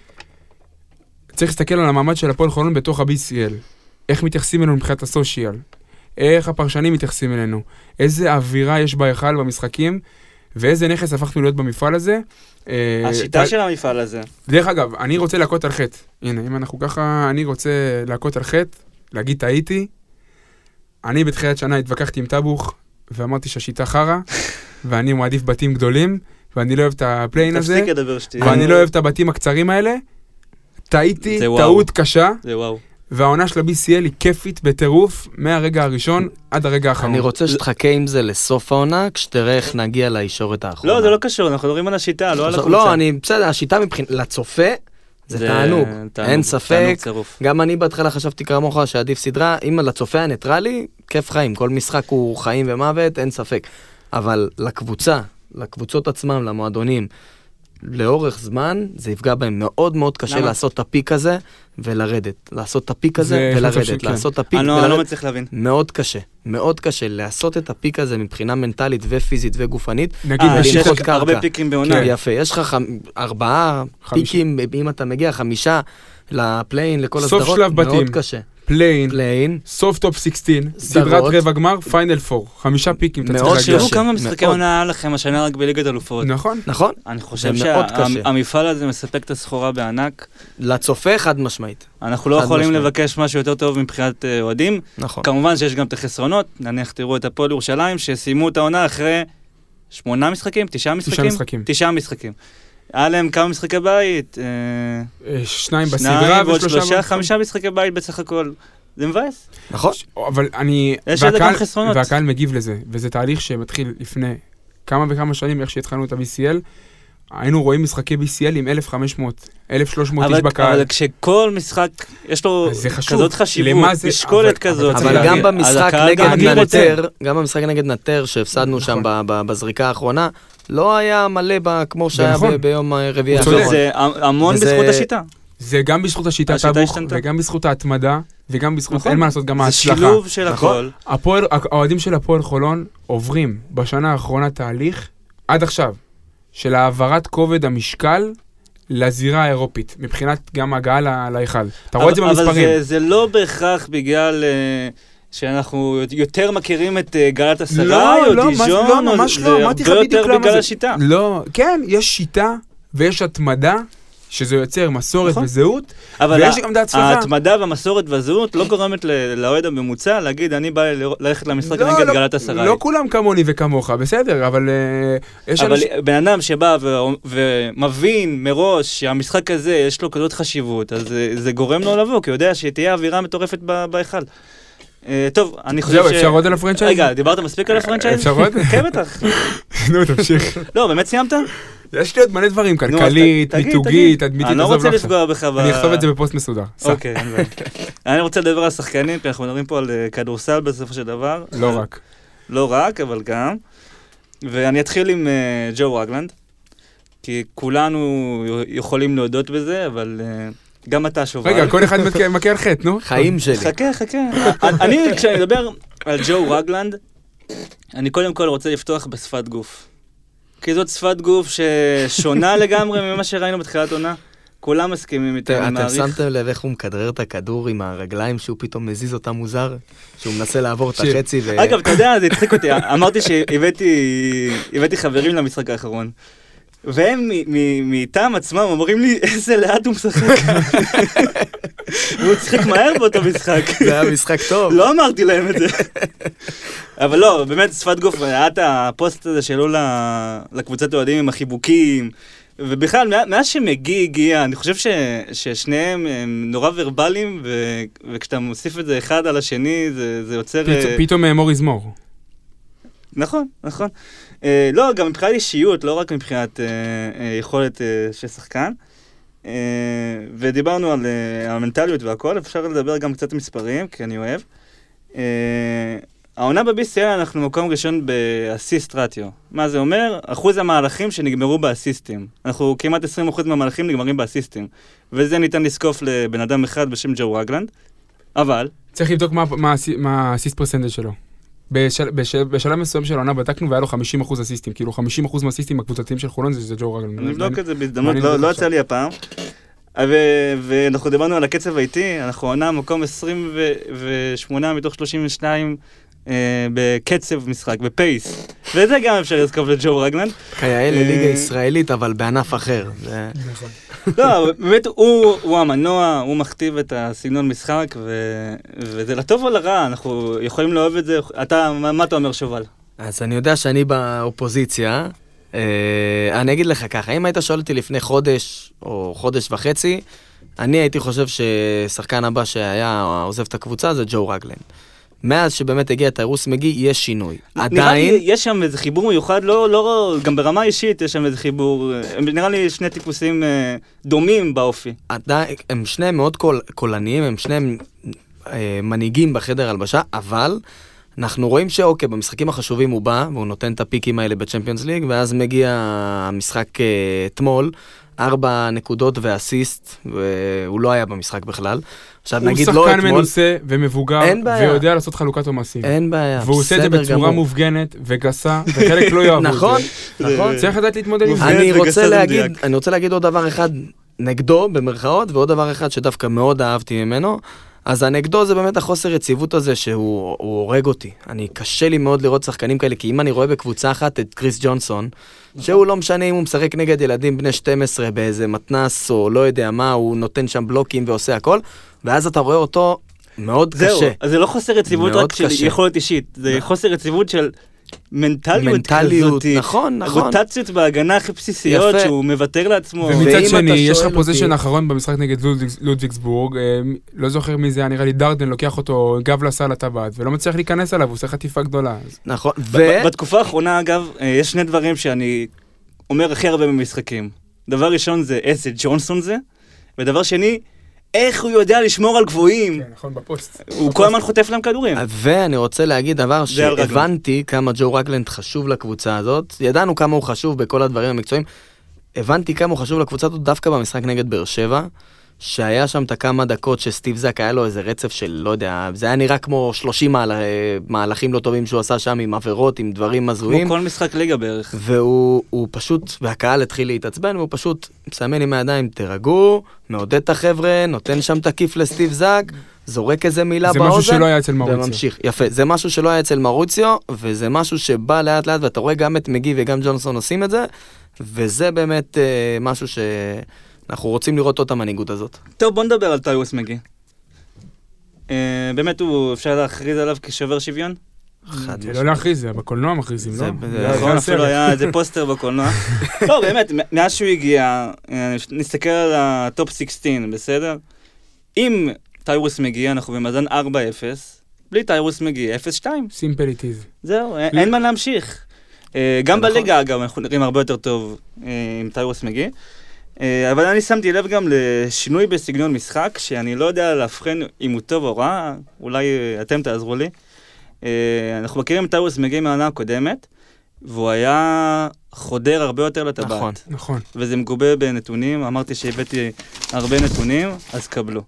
צריך להסתכל על המעמד של הפועל חולון בתוך ה-BCL. איך מתייחסים אלינו מבחינת הסושיאל. איך הפרשנים מתייחסים אלינו. איזה אווירה יש בהיכל במשחקים, ואיזה נכס הפכנו להיות במפעל הזה. השיטה של המפעל הזה. דרך אגב, אני רוצה להכות על חטא. הנה, אם אנחנו ככה, אני רוצה להכות על חטא, להגיד טעיתי. אני בתחילת שנה התווכחתי עם טבוך, ואמרתי שהשיטה חרה, ואני מעדיף בתים גדולים, ואני לא אוהב את הפליין הזה, תפסיק לדבר שתי. ואני לא אוהב את הבתים הקצרים האלה. טעיתי, טעות קשה, זה וואו. והעונה של ה-BCL היא כיפית בטירוף, מהרגע הראשון עד הרגע האחרון. אני רוצה שתחכה עם זה לסוף העונה, כשתראה איך נגיע לישורת האחרונה. לא, זה לא קשור, אנחנו מדברים על השיטה, לא על הקבוצה. לא, בסדר, השיטה לצופה, זה תענוג, אין ספק. גם אני בהתחלה חשבתי כמוך שעדיף סדרה, אם לצופה הניטרלי, כיף חיים, כל משחק הוא חיים ומוות, אין ספק. אבל לקבוצות עצמם, למועדונים, לאורך זמן, זה יפגע בהם מאוד מאוד קשה לעשות את הפיק הזה ולרדת. לעשות את הפיק הזה ולרדת. לעשות את הפיק ולרדת. אני לא מצליח להבין. מאוד קשה. מאוד קשה לעשות את הפיק הזה מבחינה מנטלית ופיזית וגופנית. נגיד, יש הרבה פיקים בעונה. יפה, יש לך 4 פיקים, אם אתה מגיע 5 לפליין, לכל הסדרות, סוף שלב בתים. מאוד קשה. פליין, סוף טופ 16, סדרת רבע גמר, פיינל 4, 5 פיקים, אתה צריך להגיע. תראו כמה משחקי עונה היה לכם השנה רק בליגת אלופות. נכון. אני חושב שהמפעל הזה מספק את הסחורה בענק. לצופה חד משמעית. אנחנו לא יכולים לבקש משהו יותר טוב מבחינת אוהדים. נכון. כמובן שיש גם את החסרונות, נניח תראו את הפועל ירושלים, שסיימו את העונה אחרי 8 משחקים, 9 משחקים? 9 משחקים. היה להם כמה משחקי בית? 2 בסדרה ו3, 5 משחקי בית בסך הכל. זה מבאס. נכון. אבל אני... יש לזה גם חסרונות. והקהל מגיב לזה, וזה תהליך שמתחיל לפני כמה וכמה שנים, איך שהתחלנו את ה-BCL, היינו רואים משחקי BCL עם 1,500, 1,300 איש בקהל. אבל כשכל משחק, יש לו כזאת חשיבות, משקולת כזאת. אבל גם במשחק נגד נטר, שהפסדנו שם בזריקה האחרונה, לא היה מלא כמו שהיה ביום רביעי האחרון. זה המון בזכות השיטה. זה גם בזכות השיטה טבוך, וגם בזכות ההתמדה, וגם בזכות, אין מה לעשות, גם ההצלחה. זה שילוב של הכל. האוהדים של הפועל חולון עוברים בשנה האחרונה תהליך, עד עכשיו, של העברת כובד המשקל לזירה האירופית, מבחינת גם הגעה להיכל. אתה רואה את זה במספרים. אבל זה לא בהכרח בגלל שאנחנו יותר מכירים את גלאטסראי או דיז'ון, ממש לא, זה הרבה יותר בגלל השיטה. לא, כן, יש שיטה ויש התמדה שזה יוצר מסורת נכון. וזהות, אבל ויש גם את ההצלחה. ההתמדה והמסורת והזהות לא גורמת לאוהד הממוצע להגיד, אני בא ללכת למשחק לא, נגד לא, גלאטסראי. לא כולם כמוני וכמוך, בסדר, אבל יש אבל אנשים... בן אדם שבא ומבין מראש שהמשחק הזה יש לו כזאת חשיבות, אז זה גורם לו לבוא, כי הוא יודע שתהיה אווירה מטורפת בהיכל. טוב, אני חושב זהו, אפשר עוד על הפרנצ'ייז? רגע, דיברת מספיק על הפרנצ'ייז? אפשר עוד? כן, בטח. נו, תמשיך. לא, באמת סיימת? יש לי עוד מלא דברים, כלכלית, תגיד, מיתוגית, תגיד. תדמיתית, אני לא עזוב רוצה לך. לפגוע בך אני אכתוב את זה בפוסט מסודר. סע. אוקיי, אני רוצה לדבר על שחקנים, כי אנחנו מדברים פה על כדורסל בסופו של דבר. לא רק. לא רק, אבל גם. ואני אתחיל עם ג'ו רגלנד, כי כולנו יכולים להודות בזה, אבל גם אתה שובל. רגע, כל אחד מכה על חטא, נו. חיים שלי. חכה. כשאני מדבר על ג'ו רגלנד, אני קודם כל רוצה לפתוח בשפת גוף. כי זאת שפת גוף ששונה לגמרי ממה שראינו בתחילת עונה. כולם מסכימים איתי, אני אתם מעריך. שמתם לב איך הוא מכדרר את הכדור עם הרגליים שהוא פתאום מזיז אותה מוזר? שהוא מנסה לעבור את החצי ו... אגב, אתה יודע, זה הצחיק אותי. אמרתי שהבאתי חברים למשחק האחרון. והם מאיתם עצמם אומרים לי איזה לאט הוא משחק. והוא צחק מהר באותו משחק. זה היה משחק טוב. לא אמרתי להם את זה. אבל לא, באמת שפת גוף, היה את הפוסט הזה שלו לקבוצת אוהדים עם החיבוקים, ובכלל, מאז שמגי הגיע, אני חושב ששניהם הם נורא ורבליים, וכשאתה מוסיף את זה אחד על השני, זה יוצר... פתאום מור יזמור. נכון. לא, גם מבחינת אישיות, לא רק מבחינת יכולת של שחקן. ודיברנו על המנטליות והכל, אפשר לדבר גם קצת מספרים, כי אני אוהב. העונה ב-BCL אנחנו מקום ראשון באסיסט רטיו. מה זה אומר? אחוז המהלכים שנגמרו באסיסטים. אנחנו כמעט 20% מהמהלכים נגמרים באסיסטים. וזה ניתן לזקוף לבן אדם אחד בשם ג'ו רגלנד. אבל... צריך לבדוק מה האסיסט פרסנטג' שלו. בשלב מסוים של העונה בדקנו והיה לו 50% אסיסטים, כאילו 50% מהאסיסטים הקבוצתיים של חולון זה ג'ו רגלנד. אני אבדוק את זה בהזדמנות, לא יצא לי הפעם. ואנחנו דיברנו על הקצב האיטי, אנחנו עונה מקום 28 מתוך 32 בקצב משחק, בפייס. וזה גם אפשר לזקוף לג'ו רגלנד. כיאה לליגה ישראלית, אבל בענף אחר. נכון. לא, באמת הוא המנוע, הוא מכתיב את הסגנון משחק, וזה לטוב או לרע, אנחנו יכולים לאהוב את זה. מה אתה אומר, שובל? אז אני יודע שאני באופוזיציה. אני אגיד לך ככה, אם היית שואל אותי לפני חודש או חודש וחצי, אני הייתי חושב ששחקן הבא שהיה עוזב את הקבוצה זה ג'ו רגלנד. מאז שבאמת הגיע טיירוס מגי, יש שינוי. עדיין... יש שם איזה חיבור מיוחד, גם ברמה אישית יש שם איזה חיבור, נראה לי שני טיפוסים דומים באופי. עדיין, הם שניהם מאוד קולניים, הם שניהם מנהיגים בחדר הלבשה, אבל אנחנו רואים שאוקיי, במשחקים החשובים הוא בא, והוא נותן את הפיקים האלה בצ'מפיונס ליג, ואז מגיע המשחק אתמול, 4 נקודות ואסיסט, והוא לא היה במשחק בכלל. עכשיו נגיד לא הוא אתמול... שחקן מנוסה ומבוגר, ויודע לעשות חלוקת עומסים. אין בעיה, והוא עושה את זה בצורה מובגנת וגסה, וחלק לא יאהבו את זה. נכון. צריך לדעת להתמודד עם זה. אני רוצה להגיד עוד דבר אחד נגדו, במרכאות, ועוד דבר אחד שדווקא מאוד אהבתי ממנו. אז הנגדו זה באמת החוסר יציבות הזה שהוא הורג אותי. קשה לי מאוד לראות שחקנים כאלה, כי אם אני רואה בקבוצה אחת את קריס ג'ונסון, שהוא לא משנה אם הוא משחק נגד ילדים בני 12 באיזה מתנס או לא יודע מה, הוא נותן שם בלוקים ועושה הכל, ואז אתה רואה אותו מאוד קשה. זהו, אז זה לא חוסר יציבות רק של יכולת אישית, זה חוסר יציבות של מנטליות כזאת, נכון. רוטציות בהגנה הכי בסיסיות שהוא מוותר לעצמו. ומצד שני, יש לך פוזישן האחרון במשחק נגד לודוויגסבורג, לא זוכר מי זה, נראה לי דרדן לוקח אותו גב לסל הטבעת, ולא מצליח להיכנס עליו, הוא עושה חטיפה גדולה. נכון. בתקופה האחרונה, אגב, יש שני דברים שאני אומר הכי הרבה במשחקים. דבר ראשון זה איזה ג'ונסון זה, ודבר שני, איך הוא יודע לשמור על גבוהים. כן, נכון, בפוסט. הוא כל הזמן חוטף להם כדורים. ואני רוצה להגיד דבר שהבנתי כמה ג'ו רגלנד חשוב לקבוצה הזאת, ידענו כמה הוא חשוב בכל הדברים המקצועיים, הבנתי כמה הוא חשוב לקבוצה הזאת דווקא במשחק נגד באר שבע, שהיה שם את כמה דקות שסטיב זק היה לו איזה רצף של, לא יודע, זה היה נראה כמו 30 מהלכים לא טובים שהוא עשה שם עם עבירות, עם דברים מזוהים. כמו כל משחק ליגה בערך. והוא פשוט, והקהל התחיל להתעצבן, והוא פשוט מסמן עם הידיים, תרגעו, מעודד את החבר'ה, נותן שם תקיף לסטיב זק, זורק איזה מילה באוזן. זה משהו שלא היה אצל מרוציו. וממשיך. יפה, זה משהו שלא היה אצל מרוציו, וזה משהו שבא לאט לאט, ואתה רואה גם את מגי וגם ג'ונסון עושים את זה, וזה באמת משהו אנחנו רוצים לראות אותה המנהיגות הזאת. טוב, בוא נדבר על טיוס מגי. באמת אפשר להכריז עליו כשובר שוויון? זה לא להכריז, זה בקולנוע מכריזים, לא? נכון, אפילו היה איזה פוסטר בקולנוע. לא, באמת, מאז שהוא הגיע, נסתכל על הטופ 16, בסדר? אם טיוס מגי, אנחנו במאזן 4-0, בלי טיוס מגי, 0-2. סימפל איט איז. זהו, אין מה להמשיך. גם בליגה, אגב, אנחנו נראים הרבה יותר טוב עם טיוס מגי. אבל אני שמתי לב גם לשינוי בסגנון משחק, שאני לא יודע להבחן אם הוא טוב או רע, אולי אתם תעזרו לי. אנחנו מכירים את טיוס מגי מהעונה הקודמת, והוא היה חודר הרבה יותר לטבעת. נכון. וזה מגובה בנתונים, אמרתי שהבאתי הרבה נתונים, אז קבלו.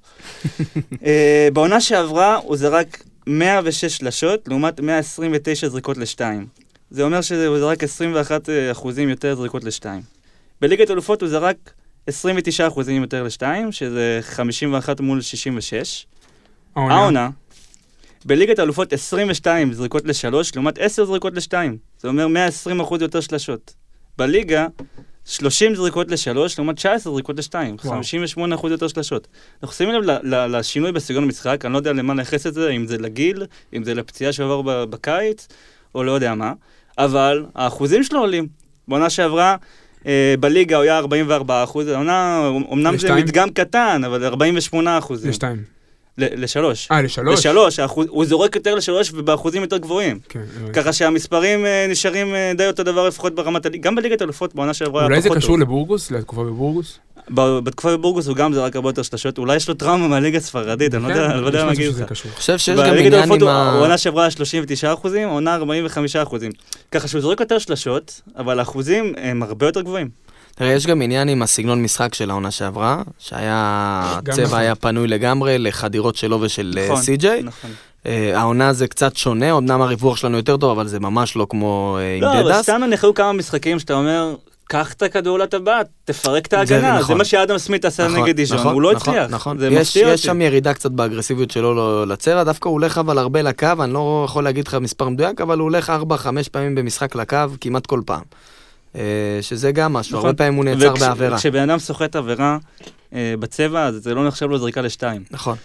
בעונה שעברה הוא זרק 106 שלשות, לעומת 129 זריקות לשתיים. זה אומר שהוא זרק 21% יותר זריקות לשתיים. בליגת אלופות הוא זרק 29% יותר לשתיים, שזה 51 מול 66. העונה. בליגת אלופות 22 זריקות לשלוש, לעומת 10 זריקות לשתיים. זה אומר 120% יותר שלשות. בליגה 30 זריקות לשלוש, לעומת 19 זריקות לשתיים. 58% יותר שלשות. אנחנו שמים לב לשינוי בסגנון המשחק, אני לא יודע למה נייחס את זה, אם זה לגיל, אם זה לפציעה שעבר בקיץ, או לא יודע מה. אבל האחוזים שלו עולים. בעונה שעברה, בליגה הוא היה 44%, אמנם זה מדגם קטן, אבל 48%. לשתיים. לשלוש. לשלוש? לשלוש, הוא זורק יותר לשלוש ובאחוזים יותר גבוהים. ככה שהמספרים נשארים די אותו דבר לפחות ברמת הליגה. גם בליגת אלופות בעונה שעברה אולי זה קשור לבורגוס? לתקופה בבורגוס? בתקופה בבורגוס הוא גם זרק הרבה יותר שלשות. אולי יש לו טראומה מהליגה הספרדית, אני לא יודע מה להגיד לך. אני חושב שיש גם עניין עם העונה שעברה 39%, עונה 45%. ככה שהוא זורק יותר שלשות, אבל האחוזים הם הרבה יותר גבוהים. תראה, יש גם עניין עם הסגנון משחק של העונה שעברה, שהצבע היה פנוי לגמרי לחדירות שלו ושל סי.ג'יי. העונה זה קצת שונה, אמנם הריווח שלנו יותר טוב, אבל זה ממש לא כמו עם דדס. לא, אבל סתם נכנסו כמה משחקים שאתה אומר, קח את הכדור לטבעת, תפרק את ההגנה, זה מה שאדם סמית עשה נגד דיז'ון, הוא לא הצליח. יש שם ירידה קצת באגרסיביות שלו לצבע, דווקא הוא הולך אבל הרבה לקו, אני לא יכול להגיד לך מספר מדויק, אבל הוא הולך 4-5 פעמים במשחק לקו, כמעט כל פעם. שזה גם משהו, הרבה פעמים הוא נעצר בעבירה. וכשבן אדם סוחט עבירה בצבע, אז זה לא נחשב לו זריקה לשתיים. נכון.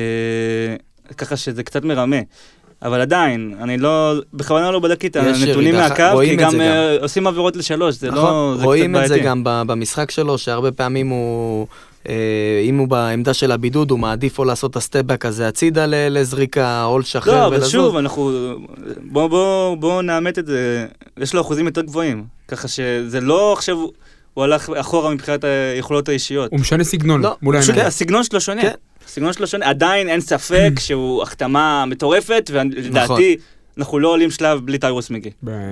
ככה שזה קצת מרמה. אבל עדיין, אני לא, בכוונה לא בדקתי את הנתונים מהקו, כי גם עושים עבירות לשלוש, זה לא, זה רואים את זה גם במשחק שלו, שהרבה פעמים הוא, אם הוא בעמדה של הבידוד, הוא מעדיף או לעשות את הסטפבק הזה הצידה לזריקה, או לשחרר ולזוז. לא, אבל שוב, בואו נאמת את זה, יש לו אחוזים יותר גבוהים, ככה שזה לא עכשיו, הוא הלך אחורה מבחינת היכולות האישיות. הוא משנה סגנון. לא, הסגנון שלו שונה. הסגנון שלו שונה, עדיין אין ספק שהוא החתמה מטורפת, ולדעתי אנחנו לא עולים שלב בלי טיוס מגי.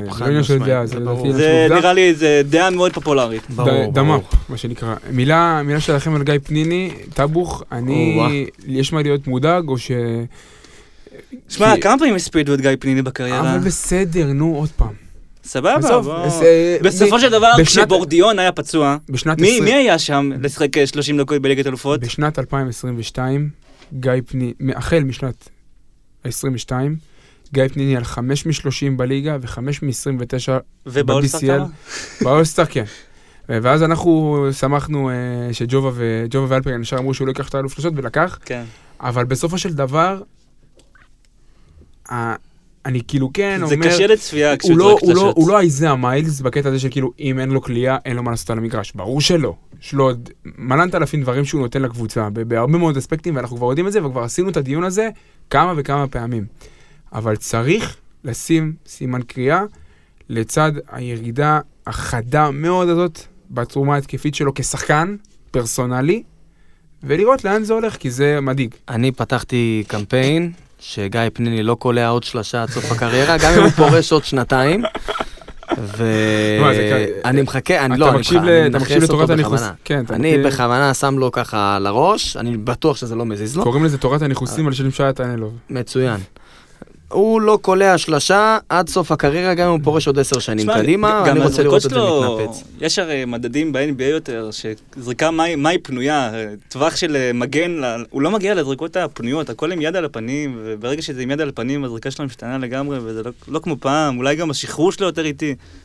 זה נראה לי, זה דעה מאוד פופולרית. דמאפ, מה שנקרא. מילה שלכם על גיא פניני, טבוך, יש מה להיות מודאג, או ש... שמע, כמה פעמים הספידו את גיא פניני בקריירה? אבל בסדר, נו, עוד פעם. סבבה, בסופו של דבר, כשבורדיון היה פצוע, מי היה שם לשחק 30 דקות בליגת אלופות? בשנת 2022, גיא פניני, החל משנת 22, גיא פניני על 5 מ-30 בליגה ו5 מ-29 וב-All-Star? ב-All-Star, כן. ואז אנחנו שמחנו שג'ובה ואלפרין נשאר אמרו שהוא לא יקח את האלוף שלושות ולקח, אבל בסופו של דבר, אני כאילו כן אומר... זה קשה לצפייה כשהוא זורק שלשות. הוא לא איזה המיילס בקטע הזה שכאילו אם אין לו קליעה, אין לו מה לעשות על המגרש. ברור שלא. יש לו עוד מלנת אלפים דברים שהוא נותן לקבוצה, בהרבה מאוד אספקטים, ואנחנו כבר יודעים את זה, וכבר עשינו את הדיון הזה כמה וכמה פעמים. אבל צריך לשים סימן קריאה לצד הירידה החדה מאוד הזאת, בתרומה התקפית שלו כשחקן פרסונלי, ולראות לאן זה הולך, כי זה מדאיג. אני פתחתי קמפיין, שגיא פניני לא קולע עוד שלושה עד סוף הקריירה, גם אם הוא פורש עוד שנתיים. ואני מחכה, אתה מקשיב לתורת הניחוס. אני בכוונה שם לו ככה לראש, אני בטוח שזה לא מזיז לו. קוראים לזה תורת הניחוסים על שם שעה תענה לו. מצוין. הוא לא קולע שלושה עד סוף הקריירה, גם אם הוא פורש עוד 10 שנים קדימה, אני רוצה לראות את זה מתנפץ. יש הרי מדדים ב-NBA יותר, שזריקה מהי פנויה, טווח של מגן, הוא לא מגיע לזריקות הפנויות, הכל עם יד על הפנים, וברגע שזה עם יד על הפנים, הזריקה שלו משתנה לגמרי, וזה לא כמו פעם, אולי גם השחרור שלו יותר איטי.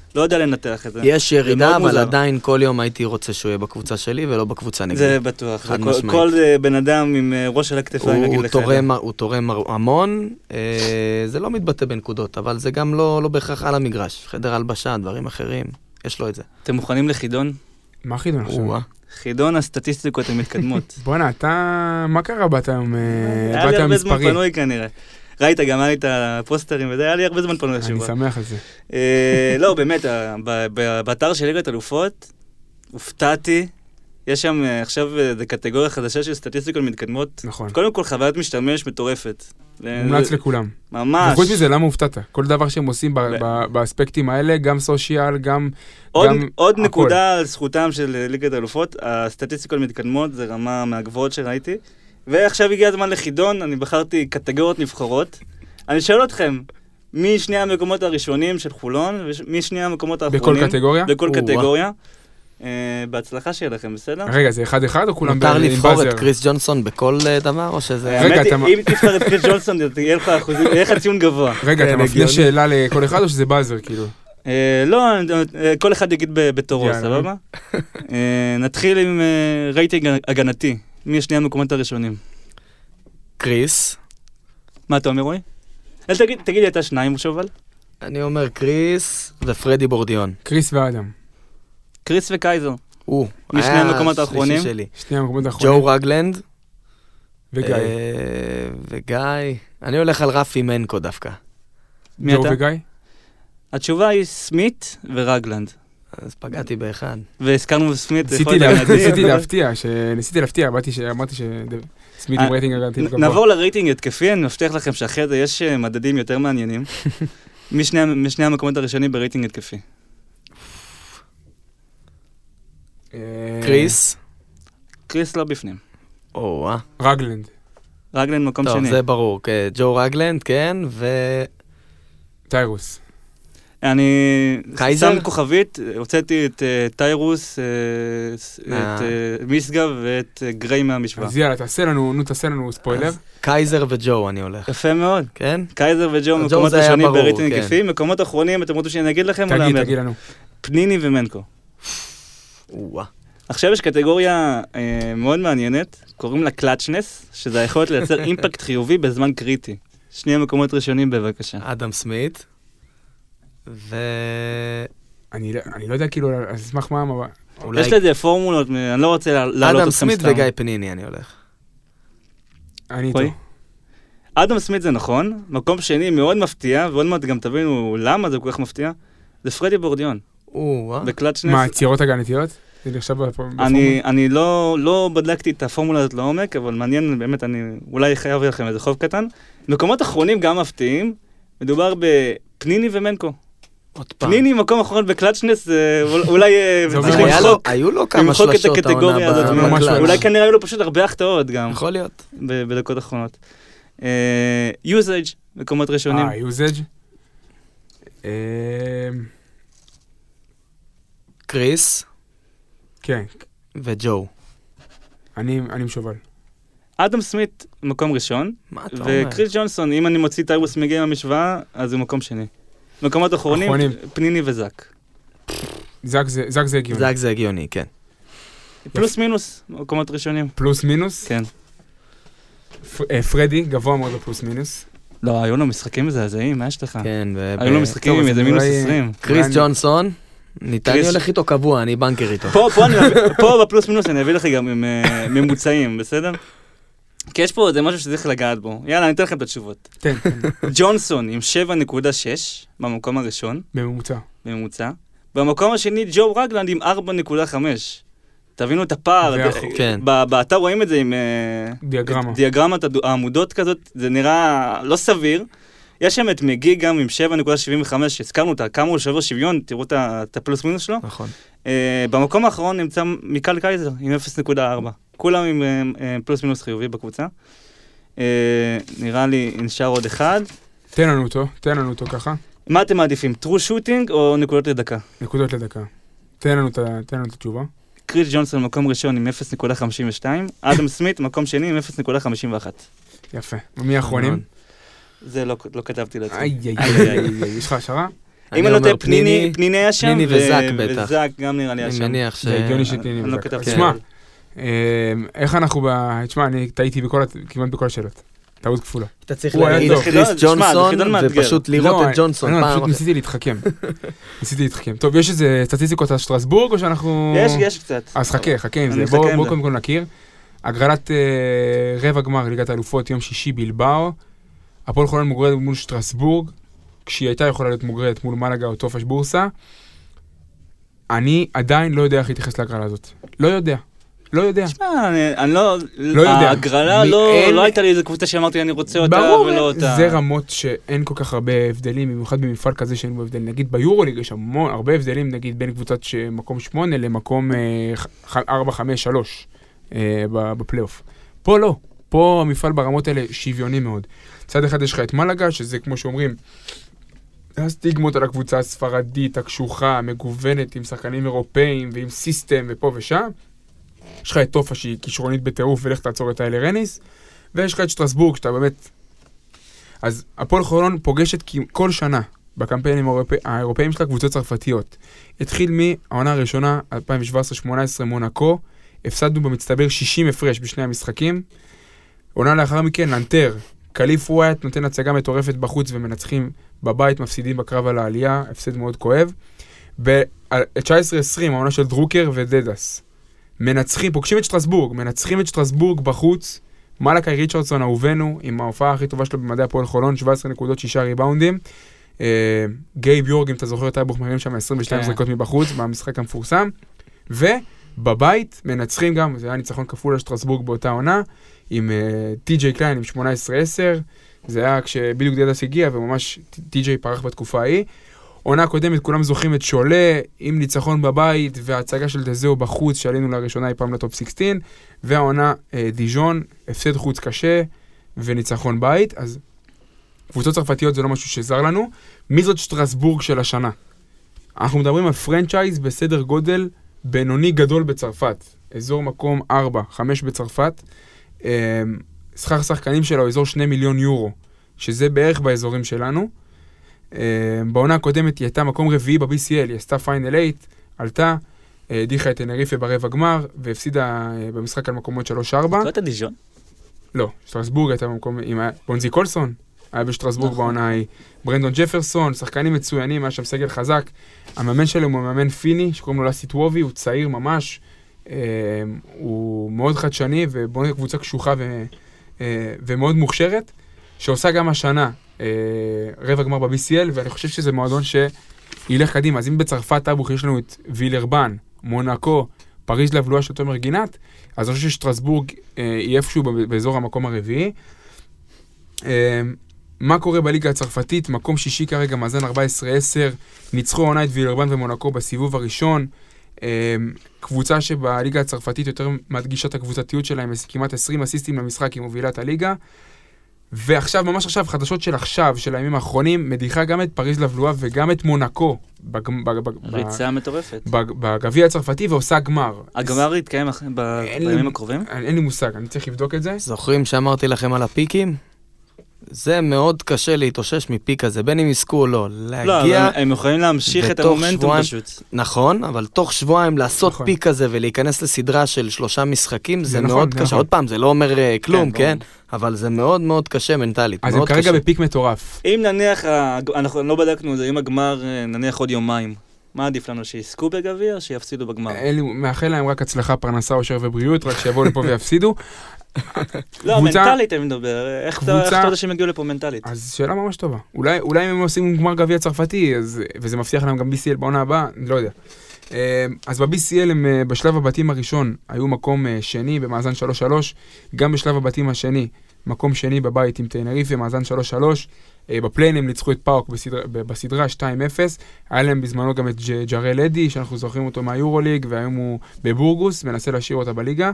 לא יודע לנתח את זה. יש ירידה, מאוד אבל מוזר. עדיין כל יום הייתי רוצה שהוא יהיה בקבוצה שלי ולא בקבוצה נגדי. זה בטוח. חד כל- משמעית. כל בן אדם עם ראש על הכתפיים יגיד לך. הוא תורם המון, זה לא מתבטא בנקודות, אבל זה גם לא בהכרח על המגרש. חדר הלבשה, דברים אחרים, יש לו את זה. אתם מוכנים לחידון? מה חידון עכשיו? או-אה. חידון הסטטיסטיקות המתקדמות. בוא'נה, אתה... מה קרה? באת היום היה באת לי היום הרבה זמן מספרי. פנוי כנראה. ראית, גם היה לי את הפוסטרים וזה, היה לי הרבה זמן פנוי אני השבוע. שמח על זה. לא, באמת, באתר של ליגת אלופות, הופתעתי. יש שם עכשיו זה קטגוריה חדשה של סטטיסטיקות מתקדמות. נכון. קודם כל, חוויית משתמש מטורפת. מומלץ לכולם. ממש. וחוץ מזה, למה הופתעת? כל דבר שהם עושים באספקטים האלה, גם סושיאל, גם... עוד הכל. נקודה על זכותם של ליגת האלופות, הסטטיסטיקות מתקדמות, זה רמה מהגבוהות שראיתי. ועכשיו הגיע הזמן לחידון, אני בחרתי קטגוריות נבחרות. אני שואל אתכם, מי שני המקומות הראשונים של חולון, ומי שני המקומות האחרונים? בכל קטגוריה? בכל קטגוריה. בהצלחה שיהיה לכם, בסדר? רגע, זה אחד או כולם מותר עם לבחור באזר? את קריס ג'ונסון בכל דבר, או שזה... רגע, האמת אתה- היא, אם תבחר את קריס ג'ונסון, יהיה לך ציון גבוה. רגע, אתה כן, מפנה הגיוני. שאלה לכל אחד או שזה באזר, כאילו? לא, כל אחד יגיד בתורו, יאללה. סבבה? נתחיל עם רייטינג הגנתי. מי שני המקומות הראשונים? קריס, מה אתה אומר, רועי? תגיד לי, אתה שניים שובל? אני אומר קריס ופרדי בורדיון. קריס ואדם. קריס וקייזר. הוא, משני היה המקומות השלישי האחרונים? שלי. שני המקומות האחרונים. ג'ו רגלנד. וגיא. וגיא. אני הולך על רפי מנקו דווקא. מי ג'ו אתה? וגיא? התשובה היא סמית ורגלנד. אז פגעתי באחד. והזכרנו סמית, זה יכול ניסיתי להיות הגנתי, ניסיתי להפתיע, אמרתי שסמית עם רייטינג הגנתי גבוה. נעבור לרייטינג התקפי, אני מבטיח לכם שאחרי זה יש מדדים יותר מעניינים. משני המקומות הראשונים ברייטינג התקפי. קריס. קריס לא בפנים. או-אה. רגלנד. רגלנד מקום טוב, שני. זה ברור. כן, ג'ו רגלנד, כן, טיירוס. אני קייזר? שם כוכבית, הוצאתי את טיירוס, את מיסגב ואת גריי מהמשוואה. אז יאללה, תעשה לנו ספוילר. קייזר וג'ו אני הולך. יפה מאוד. כן? קייזר וג'ו ג'ו מקומות זה היה ראשונים ברור, ברייטינג כן. התקפי, מקומות אחרונים, אתם רוצים שאני אגיד לכם? או להמר? תגיד לנו. פניני ומנקו. או-אה. עכשיו יש קטגוריה מאוד מעניינת, קוראים לה קלאצ'נס, שזה היכולת לייצר אימפקט חיובי בזמן קריטי. שני המקומות ראשונים בבקשה. אדם סמית. אני לא יודע כאילו, על סמך מה, אבל... אולי יש לזה פורמולות, אני לא רוצה להעלות אדם אתכם סמית סתם. וגיא פניני אני הולך. אני איתו. רועי? אדם סמית זה נכון, מקום שני מאוד מפתיע, ועוד מעט גם תבינו למה זה כל כך מפתיע, זה פרדי בורדיון, או-אה. בקלאצ'נס. מה, צירות הגנתיות? זה נחשב בפורמולה? אני לא בדקתי את הפורמולה הזאת לעומק, אבל מעניין, באמת, אני אולי חייב לכם איזה חוב קטן. מקומות אחרונים גם מפתיעים, מדובר בפניני ומנקו. עוד פעם. פניני מקום אחרון בקלאצ'נס, זה אולי זה אומר צריך משהו. למחוק. היו לו כמה למחוק את שלשות הקטגוריה הזאת, העונה ממש בקלאץ'. אולי כנראה היו לו פשוט הרבה החטאות גם, יכול להיות. בדקות האחרונות. יוזאג' מקומות ראשונים. יוזאג'. קריס כן, וג'ו. אני משובל. אדם סמית מקום ראשון, מה אתה אומר? וקריס ג'ונסון, אם אני מוציא טיירוס מגיע מהמשוואה, אז הוא מקום שני. מקומות אחרונים, אחרונים. פניני וזק. זק זה הגיוני. זק זה הגיוני, כן. פלוס מינוס, מקומות ראשונים. פלוס מינוס. כן. פרדי, גבוה מאוד בפלוס מינוס. לא, היו לו משחקים מזעזעים, מה יש לך? כן, היו לו משחקים טוב, עם אז איזה אולי- מינוס 20. קריס אני- ג'ונסון, ניתני קריס- הולך איתו קבוע, אני בנקר איתו. פה בפלוס מינוס אני אביא לך גם עם ממוצעים, בסדר? כי יש פה, זה משהו שצריך לגעת בו. יאללה, אני אתן לכם את התשובות. תן, ג'ונסון עם 7.6 במקום הראשון, בממוצע. בממוצע. במקום השני, ג'ו רגלנד עם 4.5. תבינו את הפער. כן. באתר רואים את זה עם דיאגרמה. דיאגרמת העמודות כזאת, זה נראה לא סביר. יש שם את מגי גם עם 7.75, הזכרנו אותה, כמה הוא שובר שוויון, תראו את הפלוס מינוס שלו. נכון. במקום האחרון נמצא מיקל קייזר עם 0.4. כולם עם פלוס מינוס חיובי בקבוצה. נראה לי נשאר עוד אחד. תן לנו אותו ככה. מה אתם מעדיפים, טרו שוטינג או נקודות לדקה? נקודות לדקה. תן לנו את התשובה. קריס ג'ונסון מקום ראשון עם 0.52, אדם סמית מקום שני עם 0.51. יפה. מי האחרונים? זה לא כתבתי לעצמי. יש לך השערה? אם אני לא טועה, פניני היה שם, פניני וזק בטח. וזק גם נראה לי היה שם. אני מניח זה הגיוני שפניני אני לא וזק. כתבתי. תשמע, איך אנחנו תשמע, אני טעיתי כמעט בכל השאלות. טעות כפולה. אתה צריך הוא היה להגיד טוב. קריס תשמע, זה ג'ונסון, חידון מאתגר. ופשוט לראות את ג'ונסון אני פעם פשוט אחת. ניסיתי להתחכם. טוב, יש איזה סטטיסטיקות על שטרסבורג, או שאנחנו... יש קצת. אז חכה עם זה. אני מחכה עם בואו זה. קודם כל נכיר. הגרלת רבע גמר ליגת האלופות יום שישי בלבאו. הפועל חולון מוגרדת מול שטרסבורג, כשהיא הייתה יכולה להיות מוגרדת מול מלאגה או טופש בורסה. אני עדיין לא יודע איך להתייחס להגרלה הזאת. לא יודע. תשמע, אני לא יודע. ההגרלה לא הייתה לי איזה קבוצה שאמרתי אני רוצה אותה ברור, ולא אותה. זה רמות שאין כל כך הרבה הבדלים, במיוחד במפעל כזה שאין בו הבדל. נגיד ביורוליג יש הרבה הבדלים, נגיד בין קבוצת מקום 8 למקום 4-5-3 בפלייאוף. פה לא. פה המפעל ברמות האלה שוויוני מאוד. צד אחד יש לך את מלאגה, שזה כמו שאומרים, הסטיגמות על הקבוצה הספרדית, הקשוחה, המגוונת, עם שחקנים אירופאים ועם סיסטם ופה ושם. יש לך את טופה שהיא כישרונית בטירוף ולך תעצור את האלה רניס, ויש לך את שטרסבורג שאתה באמת... אז הפועל חולון פוגשת כל שנה בקמפיינים האירופאים שלה קבוצות צרפתיות. התחיל מהעונה הראשונה, 2017-18 מונקו, הפסדנו במצטבר 60 הפרש בשני המשחקים. עונה לאחר מכן, לנטר, קליף ווייט נותן הצגה מטורפת בחוץ ומנצחים בבית, מפסידים בקרב על העלייה, הפסד מאוד כואב. ב-19-20, העונה של דרוקר ודדס. פוגשים את שטרסבורג בחוץ, מלאקי ריצ'רדסון אהובנו, עם ההופעה הכי טובה שלו במדעי הפועל חולון, 17 נקודות, 6 ריבאונדים. גייב יורג, אם אתה זוכר את האבוך מרים שם 22 זריקות מבחוץ, במשחק המפורסם. ובבית מנצחים גם, זה היה ניצחון כפול על שטרסבורג באותה עונה, עם טי.ג'יי קליין עם 18-10, זה היה כשבדיוק דדס הגיע, וממש טי.ג'יי פרח בתקופה ההיא. עונה קודמת, כולם זוכרים את שולה, עם ניצחון בבית, וההצגה של דזהו בחוץ, שעלינו לראשונה אי פעם לטופ 16, והעונה דיז'ון, הפסד חוץ קשה, וניצחון בית, אז קבוצות צרפתיות זה לא משהו שזר לנו. מי זאת שטרסבורג של השנה? אנחנו מדברים על פרנצ'ייז בסדר גודל בינוני גדול בצרפת, אזור מקום 4-5 בצרפת, שכר שחקנים שלו, אזור 2 מיליון יורו, שזה בערך באזורים שלנו. בעונה הקודמת היא הייתה מקום רביעי ב-BCL, היא עשתה פיינל 8, עלתה, הדיחה את טנריפה ברבע גמר, והפסידה במשחק על מקומות 3-4. לא הייתה דיז'ון? לא, שטרסבורג הייתה במקום, עם בונזי קולסון, היה בשטרסבורג בעונה ההיא, ברנדון ג'פרסון, שחקנים מצוינים, היה שם סגל חזק, המאמן שלהם הוא מאמן פיני, שקוראים לו לסי טוובי, הוא צעיר ממש, הוא מאוד חדשני, ובונה קבוצה קשוחה ומאוד מוכשרת, שעושה גם השנה רבע גמר ב-BCL, ואני חושב שזה מועדון שילך קדימה. אז אם בצרפת אבוך יש לנו את וילרבן, מונקו, פריז לבלואה של תומר גינת, אז אני חושב ששטרסבורג היא איפשהו באזור המקום הרביעי. מה קורה בליגה הצרפתית? מקום שישי כרגע, מאזן 14-10, ניצחו עונה את וילרבן ומונקו בסיבוב הראשון, קבוצה שבליגה הצרפתית יותר מדגישה את הקבוצתיות שלהם, כמעט 20 אסיסטים למשחק עם מובילת הליגה, ועכשיו, ממש עכשיו, חדשות של עכשיו, של הימים האחרונים, מדיחה גם את פריז לבלואה וגם את מונקו. ריצה מטורפת. בגביע הצרפתי ועושה גמר. הגמר יתקיים בימים הקרובים? אין לי מושג, אני צריך לבדוק את זה. זוכרים שאמרתי לכם על הפיקים? זה מאוד קשה להתאושש מפיק הזה, בין אם יזכו או לא. לא, הם יכולים להמשיך את המומנטום פשוט. נכון, אבל תוך שבועיים לעשות פיק כזה ולהיכנס לסדרה של 3 משחקים, זה מאוד קשה. עוד פעם, זה לא אומר כלום, כן? אבל זה מאוד מאוד קשה מנטלית. אז הם כרגע בפיק מטורף. אם נניח, אנחנו לא בדקנו את זה, אם הגמר נניח עוד יומיים, מה עדיף לנו, שיזכו בגביע או שיפסידו בגמר? מאחל להם רק הצלחה, פרנסה, אושר ובריאות, רק שיבואו לפה ויפסידו. לא, מנטלית אני מדבר, איך אתה יודע שהם הגיעו לפה מנטלית? אז שאלה ממש טובה. אולי אם הם עושים גמר גביע צרפתי, וזה מבטיח להם גם BCL בעונה הבאה, אני לא יודע. אז ב-BCL הם בשלב הבתים הראשון היו מקום שני במאזן 3-3, גם בשלב הבתים השני, מקום שני בבית עם טנריפה, מאזן 3-3, בפליין הם ניצחו את פאוק בסדרה 2-0, היה להם בזמנו גם את ג'רל אדי, שאנחנו זוכרים אותו מהיורוליג, והיום הוא בבורגוס, מנסה להשאיר אותה בליגה.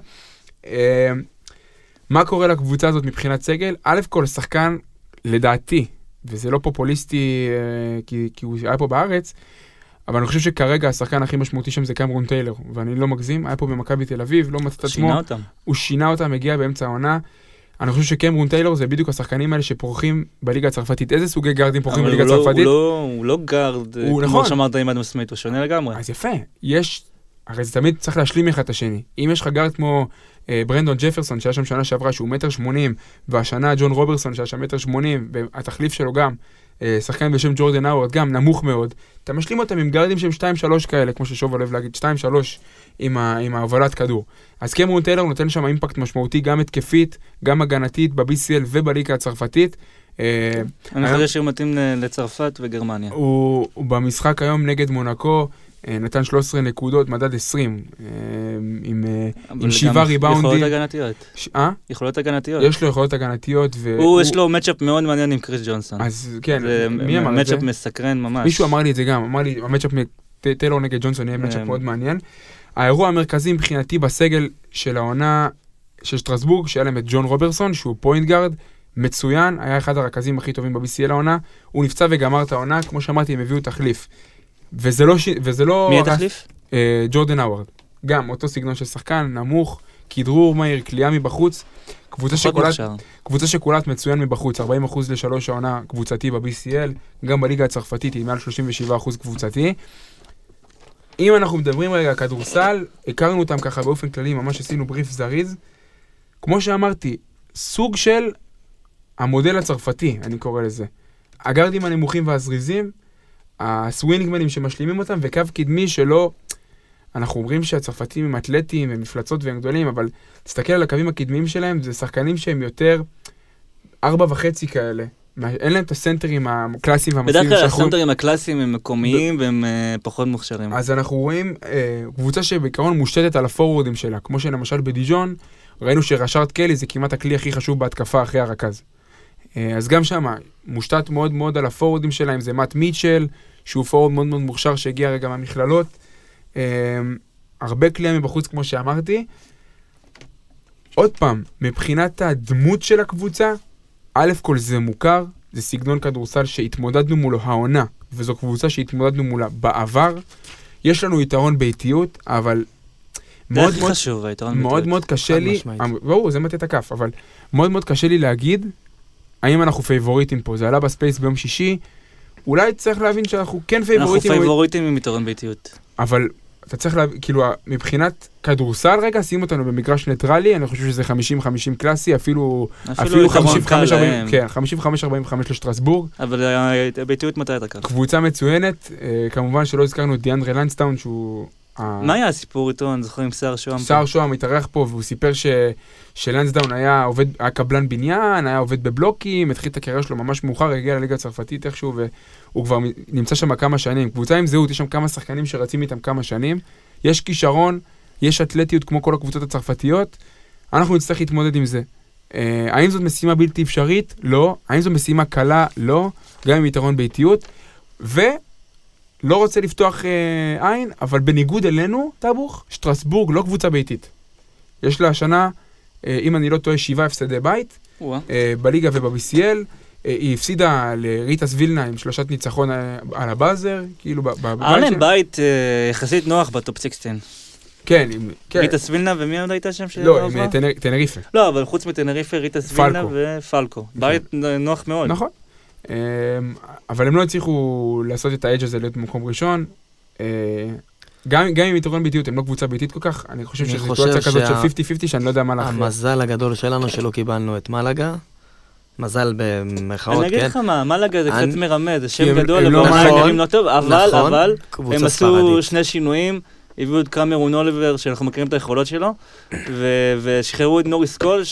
מה קורה לקבוצה הזאת מבחינת סגל? א' כל שחקן, לדעתי, וזה לא פופוליסטי כי הוא היה פה בארץ, אבל אני חושב שכרגע השחקן הכי משמעותי שם זה קמרון טיילר, ואני לא מגזים, היה פה במכבי תל אביב, לא מצא את עצמו. שינה אותם. הוא שינה אותם, הגיע באמצע העונה. אני חושב שקמרון טיילור זה בדיוק השחקנים האלה שפורחים בליגה הצרפתית. איזה סוגי גארדים פורחים בליגה הצרפתית? הוא לא גארד, כמו שאמרת עם אדם סמית, הוא שונה לגמרי. אז יפה, הרי זה תמיד צריך להשלים אחד את השני. אם יש לך גארד כמו ברנדון ג'פרסון, שהיה שם שנה שעברה שהוא 1.80 מטר, והשנה ג'ון רוברסון שהיה שם 1.80 מטר, והתחליף שלו גם, שחקן בשם ג'ורדן האוורד, גם נמוך מאוד, אתה משלים אותם עם גארדים שהם 2-3 כאלה, כמו ששוב אוהב להגיד, 2-3 עם ההובלת כדור. אז קמרון טיילור נותן שם אימפקט משמעותי, גם התקפית, גם הגנתית, ב-BCL ובליגה הצרפתית. אני חושב שהוא מתאים לצרפת וגרמניה. הוא במשחק היום נגד מונקו, נתן 13 נקודות, מדד 20, עם 7 ריבאונדים. יכולות הגנתיות. יכולות הגנתיות. יש לו יכולות הגנתיות. יש לו מצ'אפ מאוד מעניין עם קריס ג'ונסון. אז כן, מי אמר את זה? מצ'אפ מסקרן ממש. מישהו אמר לי את זה גם, אמר לי, המצ'אפ טיילור נגד ג'ונסון יהיה מצ'אפ מאוד מעניין. האירוע המרכזי מבחינתי בסגל של העונה של שטרסבורג, שהיה להם את ג'ון רוברסון, שהוא פוינט גארד, מצוין, היה אחד הרכזים הכי טובים ב-BCL העונה, הוא נפצע וגמר את העונה, כמו שאמרתי, הם הביאו תחליף. וזה לא... מי התחליף? ג'ורדן האוורד. גם אותו סגנון של שחקן, נמוך, כדרור מהיר, קליעה מבחוץ. קבוצה שקולט מצוין מבחוץ, 40% ל3 העונה קבוצתי ב-BCL, גם בליגה הצרפתית היא מעל 37% קבוצתי. אם אנחנו מדברים רגע כדורסל, הכרנו אותם ככה באופן כללי, ממש עשינו בריף זריז. כמו שאמרתי, סוג של המודל הצרפתי, אני קורא לזה. הגארדים הנמוכים והזריזים, הסווינגמנים שמשלימים אותם, וקו קדמי שלא, אנחנו אומרים שהצרפתים הם אתלטים, הם מפלצות והם גדולים, אבל תסתכל על הקווים הקדמיים שלהם, זה שחקנים שהם יותר 4.5 כאלה. אין להם את הסנטרים הקלאסיים והמסליים. בדרך כלל הסנטרים הקלאסיים הם מקומיים והם פחות מוכשרים. אז אנחנו רואים קבוצה שבעיקרון מושתתת על הפורורדים שלה, כמו שלמשל בדיג'ון, ראינו שרשארד קלי זה כמעט הכלי הכי חשוב בהתקפה אחרי הרכז. אז גם שם, מושתת מאוד מאוד על הפורורדים שלהם, זה מאט מיטשל, שהוא פורוד מאוד מאוד מוכשר שהגיע רגע מהמכללות. הרבה קליעה מבחוץ כמו שאמרתי. עוד פעם, מבחינת הדמות של הקבוצה, א' כל זה מוכר, זה סגנון כדורסל שהתמודדנו מולו העונה, וזו קבוצה שהתמודדנו מולה בעבר. יש לנו יתרון ביתיות, אבל מאוד מאוד חשוב, מאוד מאוד קשה לי, ברור, זה מטה את הכף, אבל מאוד מאוד קשה לי להגיד האם אנחנו פייבוריטים פה. זה עלה בספייס ביום שישי, אולי צריך להבין שאנחנו כן פייבוריטים. אנחנו פייבוריטים עם יתרון ביתיות. אבל אתה צריך להבין, כאילו, מבחינת כדורסל רגע, שים אותנו במגרש ניטרלי, אני חושב שזה 50-50 קלאסי, אפילו 55-45 לשטרסבורג. אבל הביתיות מתי אתה כך? קבוצה מצוינת, כמובן שלא הזכרנו את דיאנדרה לנסטאון, שהוא... מה היה הסיפור איתו? אני זוכר עם שר שוהם. שר שוהם התארח פה, והוא סיפר שלנסדאון היה קבלן בניין, היה עובד בבלוקים, התחיל את הקריירה שלו ממש מאוחר, הגיע לליגה הצרפתית איכשהו, והוא כבר נמצא שם כמה שנים. קבוצה עם זהות, יש שם כמה שחקנים שרצים איתם כמה שנים, יש כישרון, יש אתלטיות כמו כל הקבוצות הצרפתיות, אנחנו נצטרך להתמודד עם זה. האם זאת משימה בלתי אפשרית? לא. האם זאת משימה קלה? לא. גם עם יתרון ביתיות. לא רוצה לפתוח עין, אבל בניגוד אלינו, טאבוך, שטרסבורג לא קבוצה ביתית. יש לה השנה, אם אני לא טועה, 7 הפסדי בית, בליגה וב-BCL, היא הפסידה לריטס וילנה עם 3 ניצחון על הבאזר, כאילו בבית. היה להם בית יחסית נוח בטופ 16. כן. ריטס וילנה, ומי עוד הייתה שם? לא, עם טנריפה. לא, אבל חוץ מטנריפה, ריטס וילנה ופלקו. בית נוח מאוד. נכון. אבל הם לא הצליחו לעשות את האדג' הזה להיות במקום ראשון. גם עם יתרון ביתיות, הם לא קבוצה ביתית כל כך. אני חושב שזו סיטואציה כזאת של 50-50 שאני לא יודע מה להכריע. המזל הגדול שלנו שלא קיבלנו את מלאגה. מזל במרכאות, כן. אני אגיד לך מה, מלאגה זה קצת מרמז, זה שם גדול, אבל נראים לא טוב, אבל הם עשו 2 שינויים. הביאו את קאמרון אוליבר, שאנחנו מכירים את היכולות שלו, ושחררו את נוריס קול,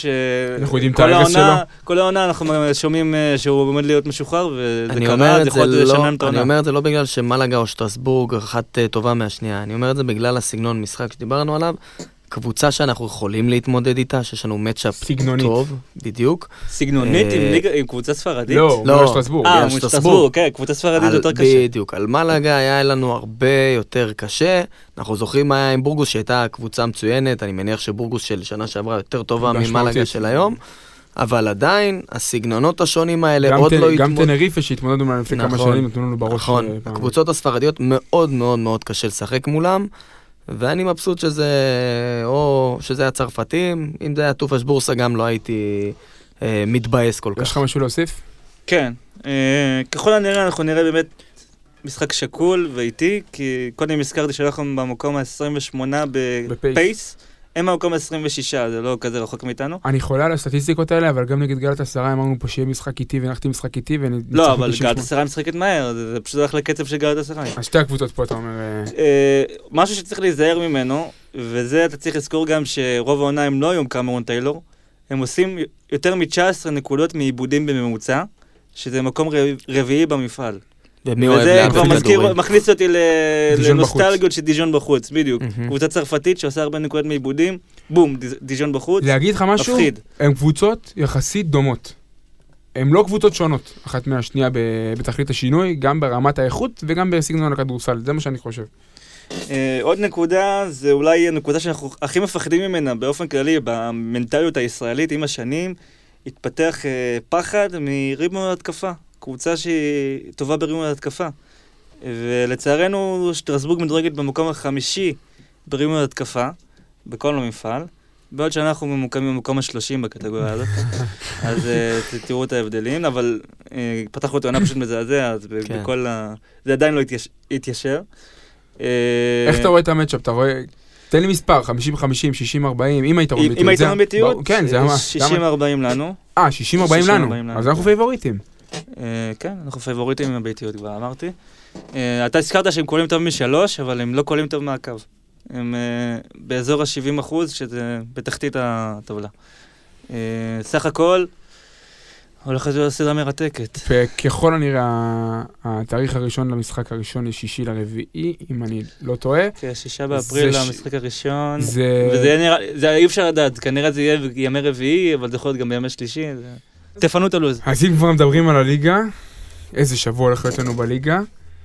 שכל העונה אנחנו שומעים שהוא עומד להיות משוחרר, וזה קרה, זה יכול לשנן את העונה. אני אומר את זה לא בגלל שמלאגה או שטרסבורג אחת טובה מהשנייה, אני אומר את זה בגלל הסגנון משחק שדיברנו עליו, קבוצה שאנחנו יכולים להתמודד איתה, שיש לנו מצ'אפ טוב, בדיוק. סגנונית עם קבוצה ספרדית? לא, שטרסבורג. שטרסבורג, כן, קבוצה ספרדית יותר קשה. בדיוק, על מלאגה היה לנו הרבה יותר קשה, אנחנו זוכרים מה היה עם בורגוס, שהייתה קבוצה מצוינת, אני מניח שבורגוס של שנה שעברה יותר טובה ממלאגה של היום, אבל עדיין, הסגנונות השונים האלה עוד לא גם טנריפה שהתמודדנו מהם לפני כמה שנים, נתנו לנו בראש. נכון, הקבוצות הספרדיות מאוד מאוד מאוד קשה לשחק מולם, ואני מבסוט שזה, או שזה היה צרפתים, אם זה היה טופש בורסה גם לא הייתי מתבאס כל כך. יש לך משהו להוסיף? כן. ככל הנראה אנחנו נראה באמת משחק שקול ואיטי, כי קודם הזכרתי שאנחנו במקום ה-28 בפייס, הם במקום ה-26, זה לא כזה רחוק מאיתנו. אני חולה על הסטטיסטיקות האלה, אבל גם נגד גלאטסראי אמרנו פה שיהיה משחק איטי ונחתי משחק איטי. לא, אבל גלאטסראי משחקת מהר, זה פשוט הולך לקצב של גלאטסראי. אז שתי הקבוצות פה אתה אומר... משהו שצריך להיזהר ממנו, וזה אתה צריך לזכור גם שרוב העונה הם לא היום קמרון טיילור, הם עושים יותר מ-19 נקודות מעיבודים בממוצע, שזה מקום רביעי במפעל. וזה כבר מכניס אותי לנוסטלגיות של דיז'ון בחוץ, בדיוק. קבוצה צרפתית שעושה הרבה נקודות מעיבודים, בום, דיז'ון בחוץ. להגיד לך משהו? הן קבוצות יחסית דומות. הן לא קבוצות שונות, אחת מהשנייה בתכלית השינוי, גם ברמת האיכות וגם בסגנון הכדורסל, זה מה שאני חושב. עוד נקודה, זה אולי הנקודה שאנחנו הכי מפחדים ממנה באופן כללי, במנטליות הישראלית עם השנים, התפתח פחד מריבון התקפה. קבוצה שהיא טובה בריבון התקפה. ולצערנו, שטרסבורג מדורגת במקום החמישי בריבון התקפה, בכל המפעל, בעוד שאנחנו ממוקמים במקום ה-30 בקטגוריה הזאת. אז תראו את ההבדלים, אבל פתחנו את העונה פשוט מזעזע, אז בכל זה עדיין לא התיישר. איך אתה רואה את המצ'אפ? אתה רואה... תן לי מספר, 50-50, 60-40, אם היית רואה ביטיות. אם היית רואה ביטיות, כן, זה מה. 60-40 לנו. 60-40 לנו, אז אנחנו פייבוריטים. כן, אנחנו פייבוריטים עם הביתיות, כבר אמרתי. אתה הזכרת שהם קולים טוב מ3, אבל הם לא קולים טוב מהקו. הם באזור ה-70%, שזה בתחתית הטבלה. סך הכל, הולכת להיות סדרה מרתקת. וככל הנראה, התאריך הראשון למשחק הראשון היא 6 לרביעי, אם אני לא טועה. כן, 6 באפריל למשחק הראשון. זה אי אפשר לדעת, כנראה זה יהיה ימי רביעי, אבל זה יכול להיות גם בימי שלישי. תפנו את הלוז. אז אם כבר מדברים על הליגה, איזה שבוע הולך להיות לנו בליגה,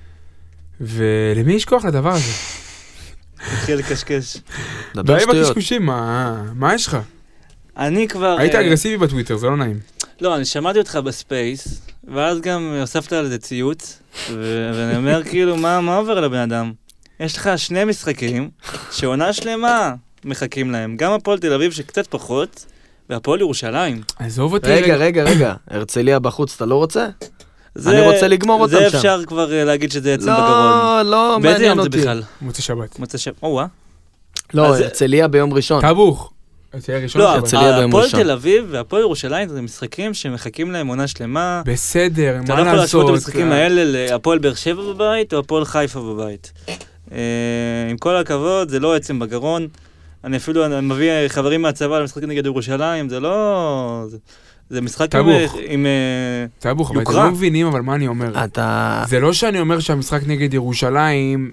ולמי יש כוח לדבר הזה? התחיל לקשקש. די בקשקושים, מה יש לך? אני כבר... היית אגרסיבי בטוויטר, זה לא נעים. לא, אני שמעתי אותך בספייס, ואז גם הוספת על זה ציוץ, ואני אומר כאילו, מה עובר לבן אדם? יש לך 2 משחקים שעונה שלמה מחכים להם. גם הפועל תל אביב שקצת פחות, והפועל ירושלים. עזוב אותי רגע. הרצליה בחוץ, אתה לא רוצה? אני רוצה לגמור אותם שם. זה אפשר כבר להגיד שזה עצם בגרון. לא, באיזה יום זה בכלל? מוצא שבת. לא, הרצליה ביום ראשון. תבוך. לא, הפועל תל אביב והפועל ירושלים זה משחקים שמחכים להם עונה שלמה. בסדר, מה לעשות? אתה לא יכול להשוות את המשחקים האלה להפועל באר שבע בבית או הפועל חיפה בבית. עם כל הכבוד, זה לא עצם בגרון. אני אפילו מביא חברים מהצבא למשחק נגד ירושלים, זה לא... זה משחק עם תבוך, אבל אתם לא מבינים, אבל מה אני אומר? זה לא שאני אומר שהמשחק נגד ירושלים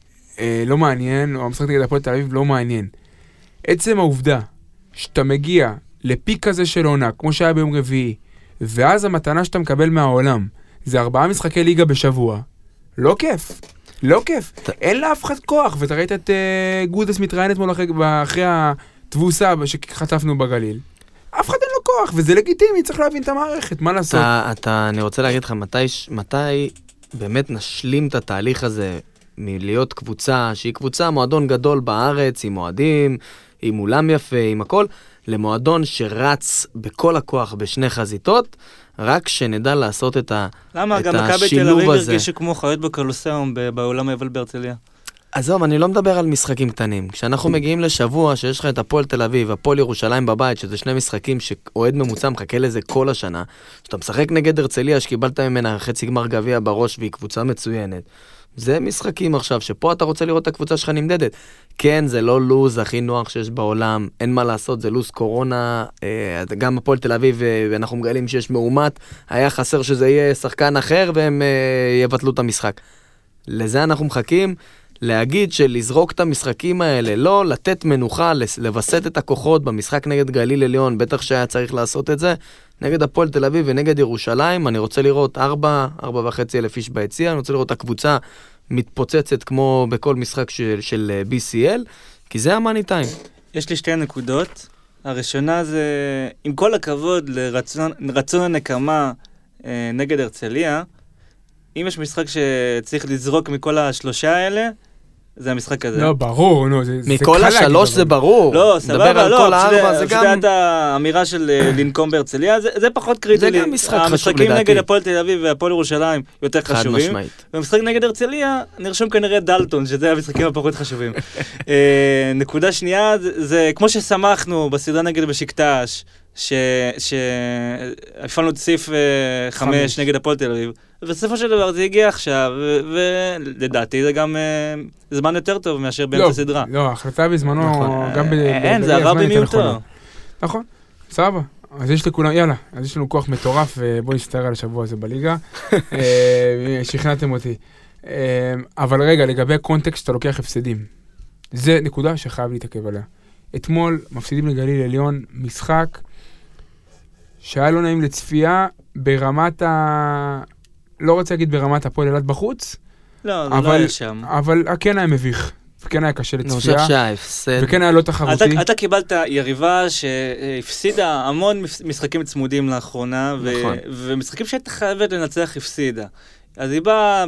לא מעניין, או המשחק נגד הפועל תל אביב לא מעניין. עצם העובדה שאתה מגיע לפיק כזה של עונה, כמו שהיה ביום רביעי, ואז המתנה שאתה מקבל מהעולם, זה 4 משחקי ליגה בשבוע. לא כיף. לא כיף. אין לה אף אחד כוח, ואתה ראית את גודס מתראיין אתמול אחרי התבוסה שחטפנו בגליל. אף אחד אין לו כוח, וזה לגיטימי, צריך להבין את המערכת, מה לעשות? אני רוצה להגיד לך, מתי באמת נשלים את התהליך הזה מלהיות קבוצה, שהיא קבוצה, מועדון גדול בארץ, עם מועדים, עם אולם יפה, עם הכל, למועדון שרץ בכל הכוח בשני חזיתות, רק שנדע לעשות את השילוב הזה. למה? גם מכבי תל אביב הרגישו כמו חיות בקולוסיאום באולם אבל בהרצליה. עזוב, אני לא מדבר על משחקים קטנים. כשאנחנו מגיעים לשבוע שיש לך את הפועל תל אביב, הפועל ירושלים בבית, שזה 2 משחקים שאוהד ממוצע מחכה לזה כל השנה, שאתה משחק נגד הרצליה שקיבלת ממנה חצי גמר גביע בראש והיא קבוצה מצוינת. זה משחקים עכשיו, שפה אתה רוצה לראות את הקבוצה שלך נמדדת. כן, זה לא לוז הכי נוח שיש בעולם, אין מה לעשות, זה לוז קורונה, גם הפועל תל אביב, ואנחנו מגלים שיש מאומת, היה חסר שזה יהיה שחקן אחר, והם יבטלו את המשחק. לזה אנחנו מחכים, להגיד שלזרוק את המשחקים האלה, לא לתת מנוחה, לבסט את הכוחות במשחק נגד גליל עליון, בטח שהיה צריך לעשות את זה, נגד הפועל תל אביב ונגד ירושלים, אני רוצה לראות 4.5 אלף איש ביציע, אני רוצה לראות את הקבוצה מתפוצצת כמו בכל משחק של BCL, כי זה המאני טיים. יש לי 2 נקודות. הראשונה זה, עם כל הכבוד לרצון הנקמה נגד הרצליה, אם יש משחק שצריך לזרוק מכל 3 האלה, זה המשחק הזה. לא, ברור, נו, זה מכל השלוש זה ברור. לא, סבבה, לא, זה גם... פשוט האמירה של לנקום בהרצליה, זה פחות קריטי. זה גם משחק חשוב המשחקים לדעתי. נגד הפועל תל אביב והפועל ירושלים יותר חד חשובים. משמעית. במשחק נגד הרצליה נרשום כנראה דלטון, שזה המשחקים הפחות חשובים. נקודה שנייה, זה כמו ששמחנו בסדרה נגד בשקטש, שהפעלנו את סעיף 5 נגד הפועל תל אביב, ובסופו של דבר זה הגיע עכשיו, ולדעתי זה גם זמן יותר טוב מאשר באמצע הסדרה. לא, ההחלטה בזמנו, גם אין, זה עבר במיעוטו. נכון, סבבה. אז יש לכולם, יאללה, אז יש לנו כוח מטורף, ובואו נסתער על השבוע הזה בליגה. שכנעתם אותי. אבל רגע, לגבי הקונטקסט, אתה לוקח הפסדים. זה נקודה שחייב להתעכב עליה. אתמול מפסידים לגליל עליון משחק שהיה לא נעים לצפייה ברמת לא רוצה להגיד ברמת הפועל אילת בחוץ. לא, זה לא היה שם. אבל כן היה מביך. וכן היה קשה לצפייה. אני חושב שההפסד... וכן היה לא תחרותי. אתה קיבלת יריבה שהפסידה המון משחקים צמודים לאחרונה, ומשחקים שהייתה חייבת לנצח הפסידה. אז היא באה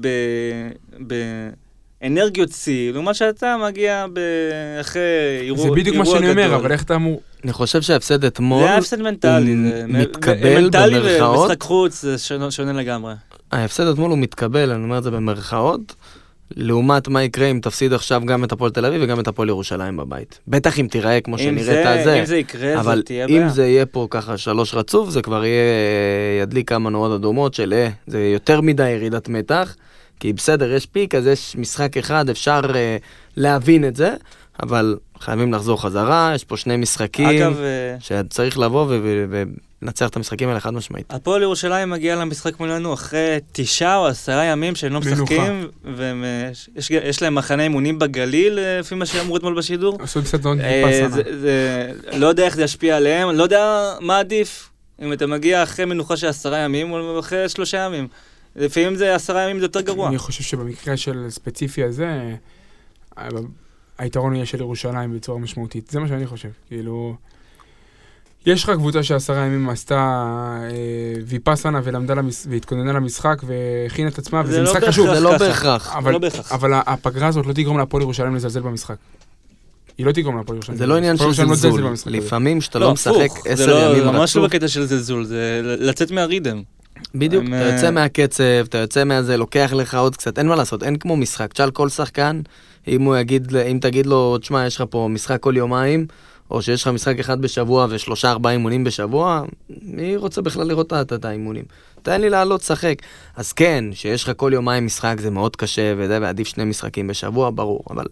באנרגיות צי, לעומת שאתה מגיע אחרי אירוע גדול. זה בדיוק מה שאני אומר, אבל איך אתה אמור... אני חושב שההפסד אתמול... זה היה הפסד מנטלי. מתקבל מנטלי במרכאות. ומשחק חוץ זה שונה לגמרי. ההפסד אתמול הוא מתקבל, אני אומר את זה במרכאות, לעומת מה יקרה אם תפסיד עכשיו גם את הפועל תל אביב וגם את הפועל ירושלים בבית. בטח אם תיראה כמו שנראית על זה. אם זה יקרה, אבל זה תהיה בעיה. אם זה יהיה פה ככה 3 רצוף, זה כבר יהיה ידליק כמה נורות אדומות של זה יותר מדי ירידת מתח, כי בסדר, יש פיק, אז יש משחק אחד, אפשר להבין את זה, אבל חייבים לחזור חזרה, יש פה 2 משחקים, אגב, שצריך לבוא ולנצח את המשחקים האלה חד משמעית. הפועל ירושלים מגיע למשחק מולנו אחרי 9 או 10 ימים שהם לא משחקים, ויש להם מחנה אימונים בגליל, לפי מה שאמרו אתמול בשידור. עשו בסדנות בפסנה. לא יודע איך זה ישפיע עליהם, לא יודע מה עדיף, אם אתה מגיע אחרי מנוחה של 10 ימים או אחרי 3 ימים. לפעמים זה 10 ימים זה יותר גרוע. אני חושב שבמקרה של ספציפי הזה, היתרון יהיה של ירושלים בצורה משמעותית. זה מה שאני חושב. כאילו, יש לך קבוצה ש10 ימים עשתה ויפסנה ולמדה והתכוננה למשחק והכינה את עצמה, וזה משחק חשוב. זה לא בהכרח. אבל הפגרה הזאת לא תגרום להפועל ירושלים לזלזל במשחק. היא לא תגרום להפועל ירושלים. זה לא עניין של זלזול. לפעמים שאתה לא משחק 10 ימים זה ממש לא בקטע של זלזול, זה לצאת מהרידם. בדיוק, אתה יוצא מהקצב, אתה יוצא מהזה, לוקח לך עוד קצת, אין מה לעשות, אין כמו משחק. תשאל כל שחקן, אם תגיד לו, תשמע, יש לך פה משחק כל יומיים, או שיש לך משחק אחד בשבוע ו3-4 אימונים בשבוע, מי רוצה בכלל לראות את האימונים? תן לי לעלות שחק. אז כן, שיש לך כל יומיים משחק זה מאוד קשה, ועדיף 2 משחקים בשבוע, ברור, אבל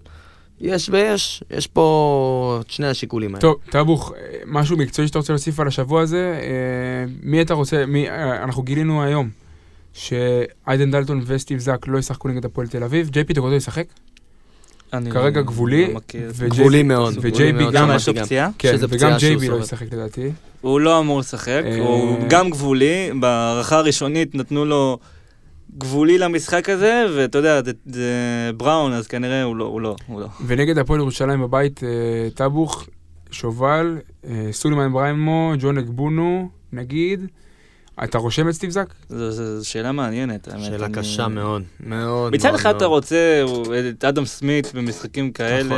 יש פה 2 השיקולים האלה. טוב, תבוך, משהו מקצועי שאתה רוצה להוסיף על השבוע הזה, מי אתה רוצה, אנחנו גילינו היום שאיידן דלטון וסטיב זק לא ישחקו נגד הפועל תל אביב, ג'יי פי אתה רוצה לשחק? כרגע גבולי, גבולי מאוד, וג'יי-בי גם יש לו פציעה? כן, וגם ג'יי-בי לא ישחק לדעתי. הוא לא אמור לשחק, הוא גם גבולי, בהערכה הראשונית נתנו לו גבולי למשחק הזה, ואתה יודע, זה בראון, אז כנראה הוא לא. ונגד הפועל ירושלים בבית, טבוך, שובל, סולימן בריימו, ג'ון אגבונו, נגיד, אתה רושם את סטיב זק? זו שאלה מעניינת. שאלה קשה מאוד, מאוד. מצד אחד אתה רוצה את אדם סמית במשחקים כאלה,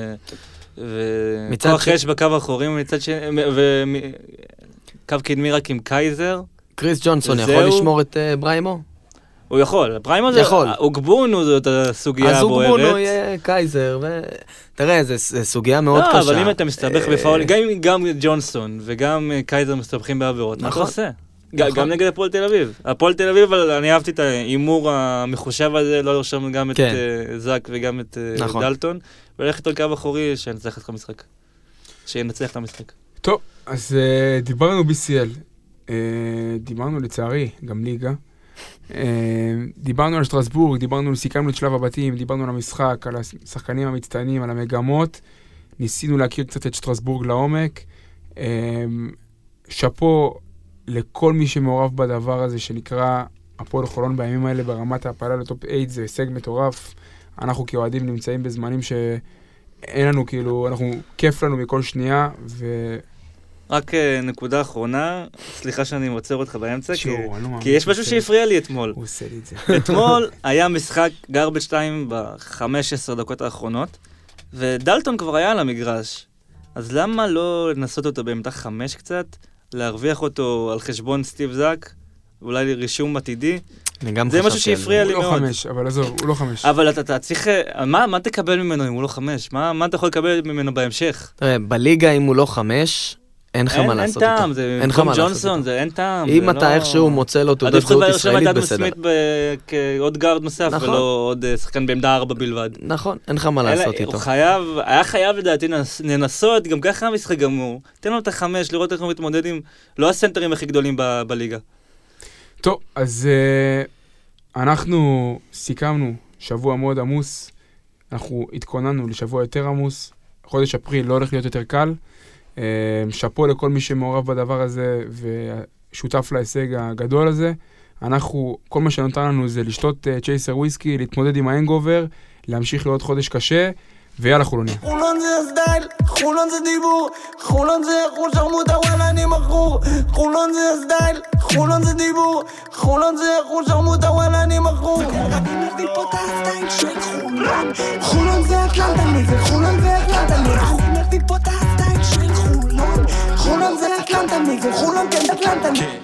וכוח אש בקו האחורי, וקו קדמי רק עם קייזר. קריס ג'ונסון יכול לשמור את בריימו? הוא יכול, בריימו זה, אוגבונו זאת הסוגיה הבוערת. אז אוגבונו יהיה קייזר, תראה, זו סוגיה מאוד קשה. אבל אם אתה מסתבך בפאול, גם ג'ונסון וגם קייזר מסתבכים בעבירות, מה אתה עושה? גם נגד הפועל תל אביב. הפועל תל אביב, אבל אני אהבתי את האימור המחושב הזה, לא לרשום גם את זק וגם את דלטון, וללכת איתו לקו אחורי שינצח את המשחק. שינצח את המשחק. טוב, אז דיברנו BCL, דיברנו לצערי, גם ליגה, דיברנו על שטרסבורג, סיכמנו את שלב הבתים, דיברנו על המשחק, על השחקנים המצטיינים, על המגמות, ניסינו להכיר קצת את שטרסבורג לעומק, שפו לכל מי שמעורב בדבר הזה שנקרא הפועל חולון בימים האלה ברמת ההפעלה לטופ 8, זה הישג מטורף. אנחנו כאוהדים נמצאים בזמנים שאין לנו, כאילו, כיף לנו מכל שנייה, רק נקודה אחרונה, סליחה שאני עוצר אותך באמצע, כי יש משהו שהפריע שהפריע לי אתמול. הוא עושה לי את זה. אתמול היה משחק garbage 2 ב-15 דקות האחרונות, ודלטון כבר היה על המגרש. אז למה לא לנסות אותו בעמדה 5 קצת, להרוויח אותו על חשבון סטיב זאק, אולי לרישום עתידי? זה משהו שהפריע לי מאוד. הוא לא 5, אבל עזוב, הוא לא 5. אבל אתה צריך, מה תקבל ממנו אם הוא לא 5? מה אתה יכול לקבל ממנו בהמשך? תראה, בליגה אם הוא לא 5, אין לך מה לעשות איתו. אין טעם, זה במקום ג'ונסון, זה אין טעם. אם אתה איכשהו מוצא לו תעודת זהות ישראלית, בסדר. עדיף כעוד גארד נוסף, ולא עוד שחקן בעמדה 4 בלבד. נכון, אין לך מה לעשות איתו. הוא היה חייב לדעתי לנסות, גם ככה המשחק גמור. תן לו את ה5, לראות איך הוא מתמודד עם, לא הסנטרים הכי גדולים בליגה. טוב, אז אנחנו סיכמנו שבוע מאוד עמוס, אנחנו התכוננו לשבוע יותר עמוס, חודש אפריל לא הולך להיות יותר קל, שפו לכל מי שמעורב בדבר הזה ושותף להישג הגדול הזה. אנחנו, כל מה שנותר לנו זה לשתות צ'ייסר וויסקי, להתמודד עם ההנגובר, להמשיך לעוד חודש קשה, ויאללה חולוניה. חולון זה הסטייל, חולון זה דיבור, חולון זה חוש ערמותה וואלה אני מכור. חולון זה הסטייל, חולון זה דיבור, חולון זה חוש ערמותה וואלה אני מכור. אני מביא פה את הסטייל של חולון, חולון זה אטלנטני וחולון זה אטלנטני. אני מביא פה את הסטייל של חולון, חולון זה אטלנטני וחולון כן אטלנטני.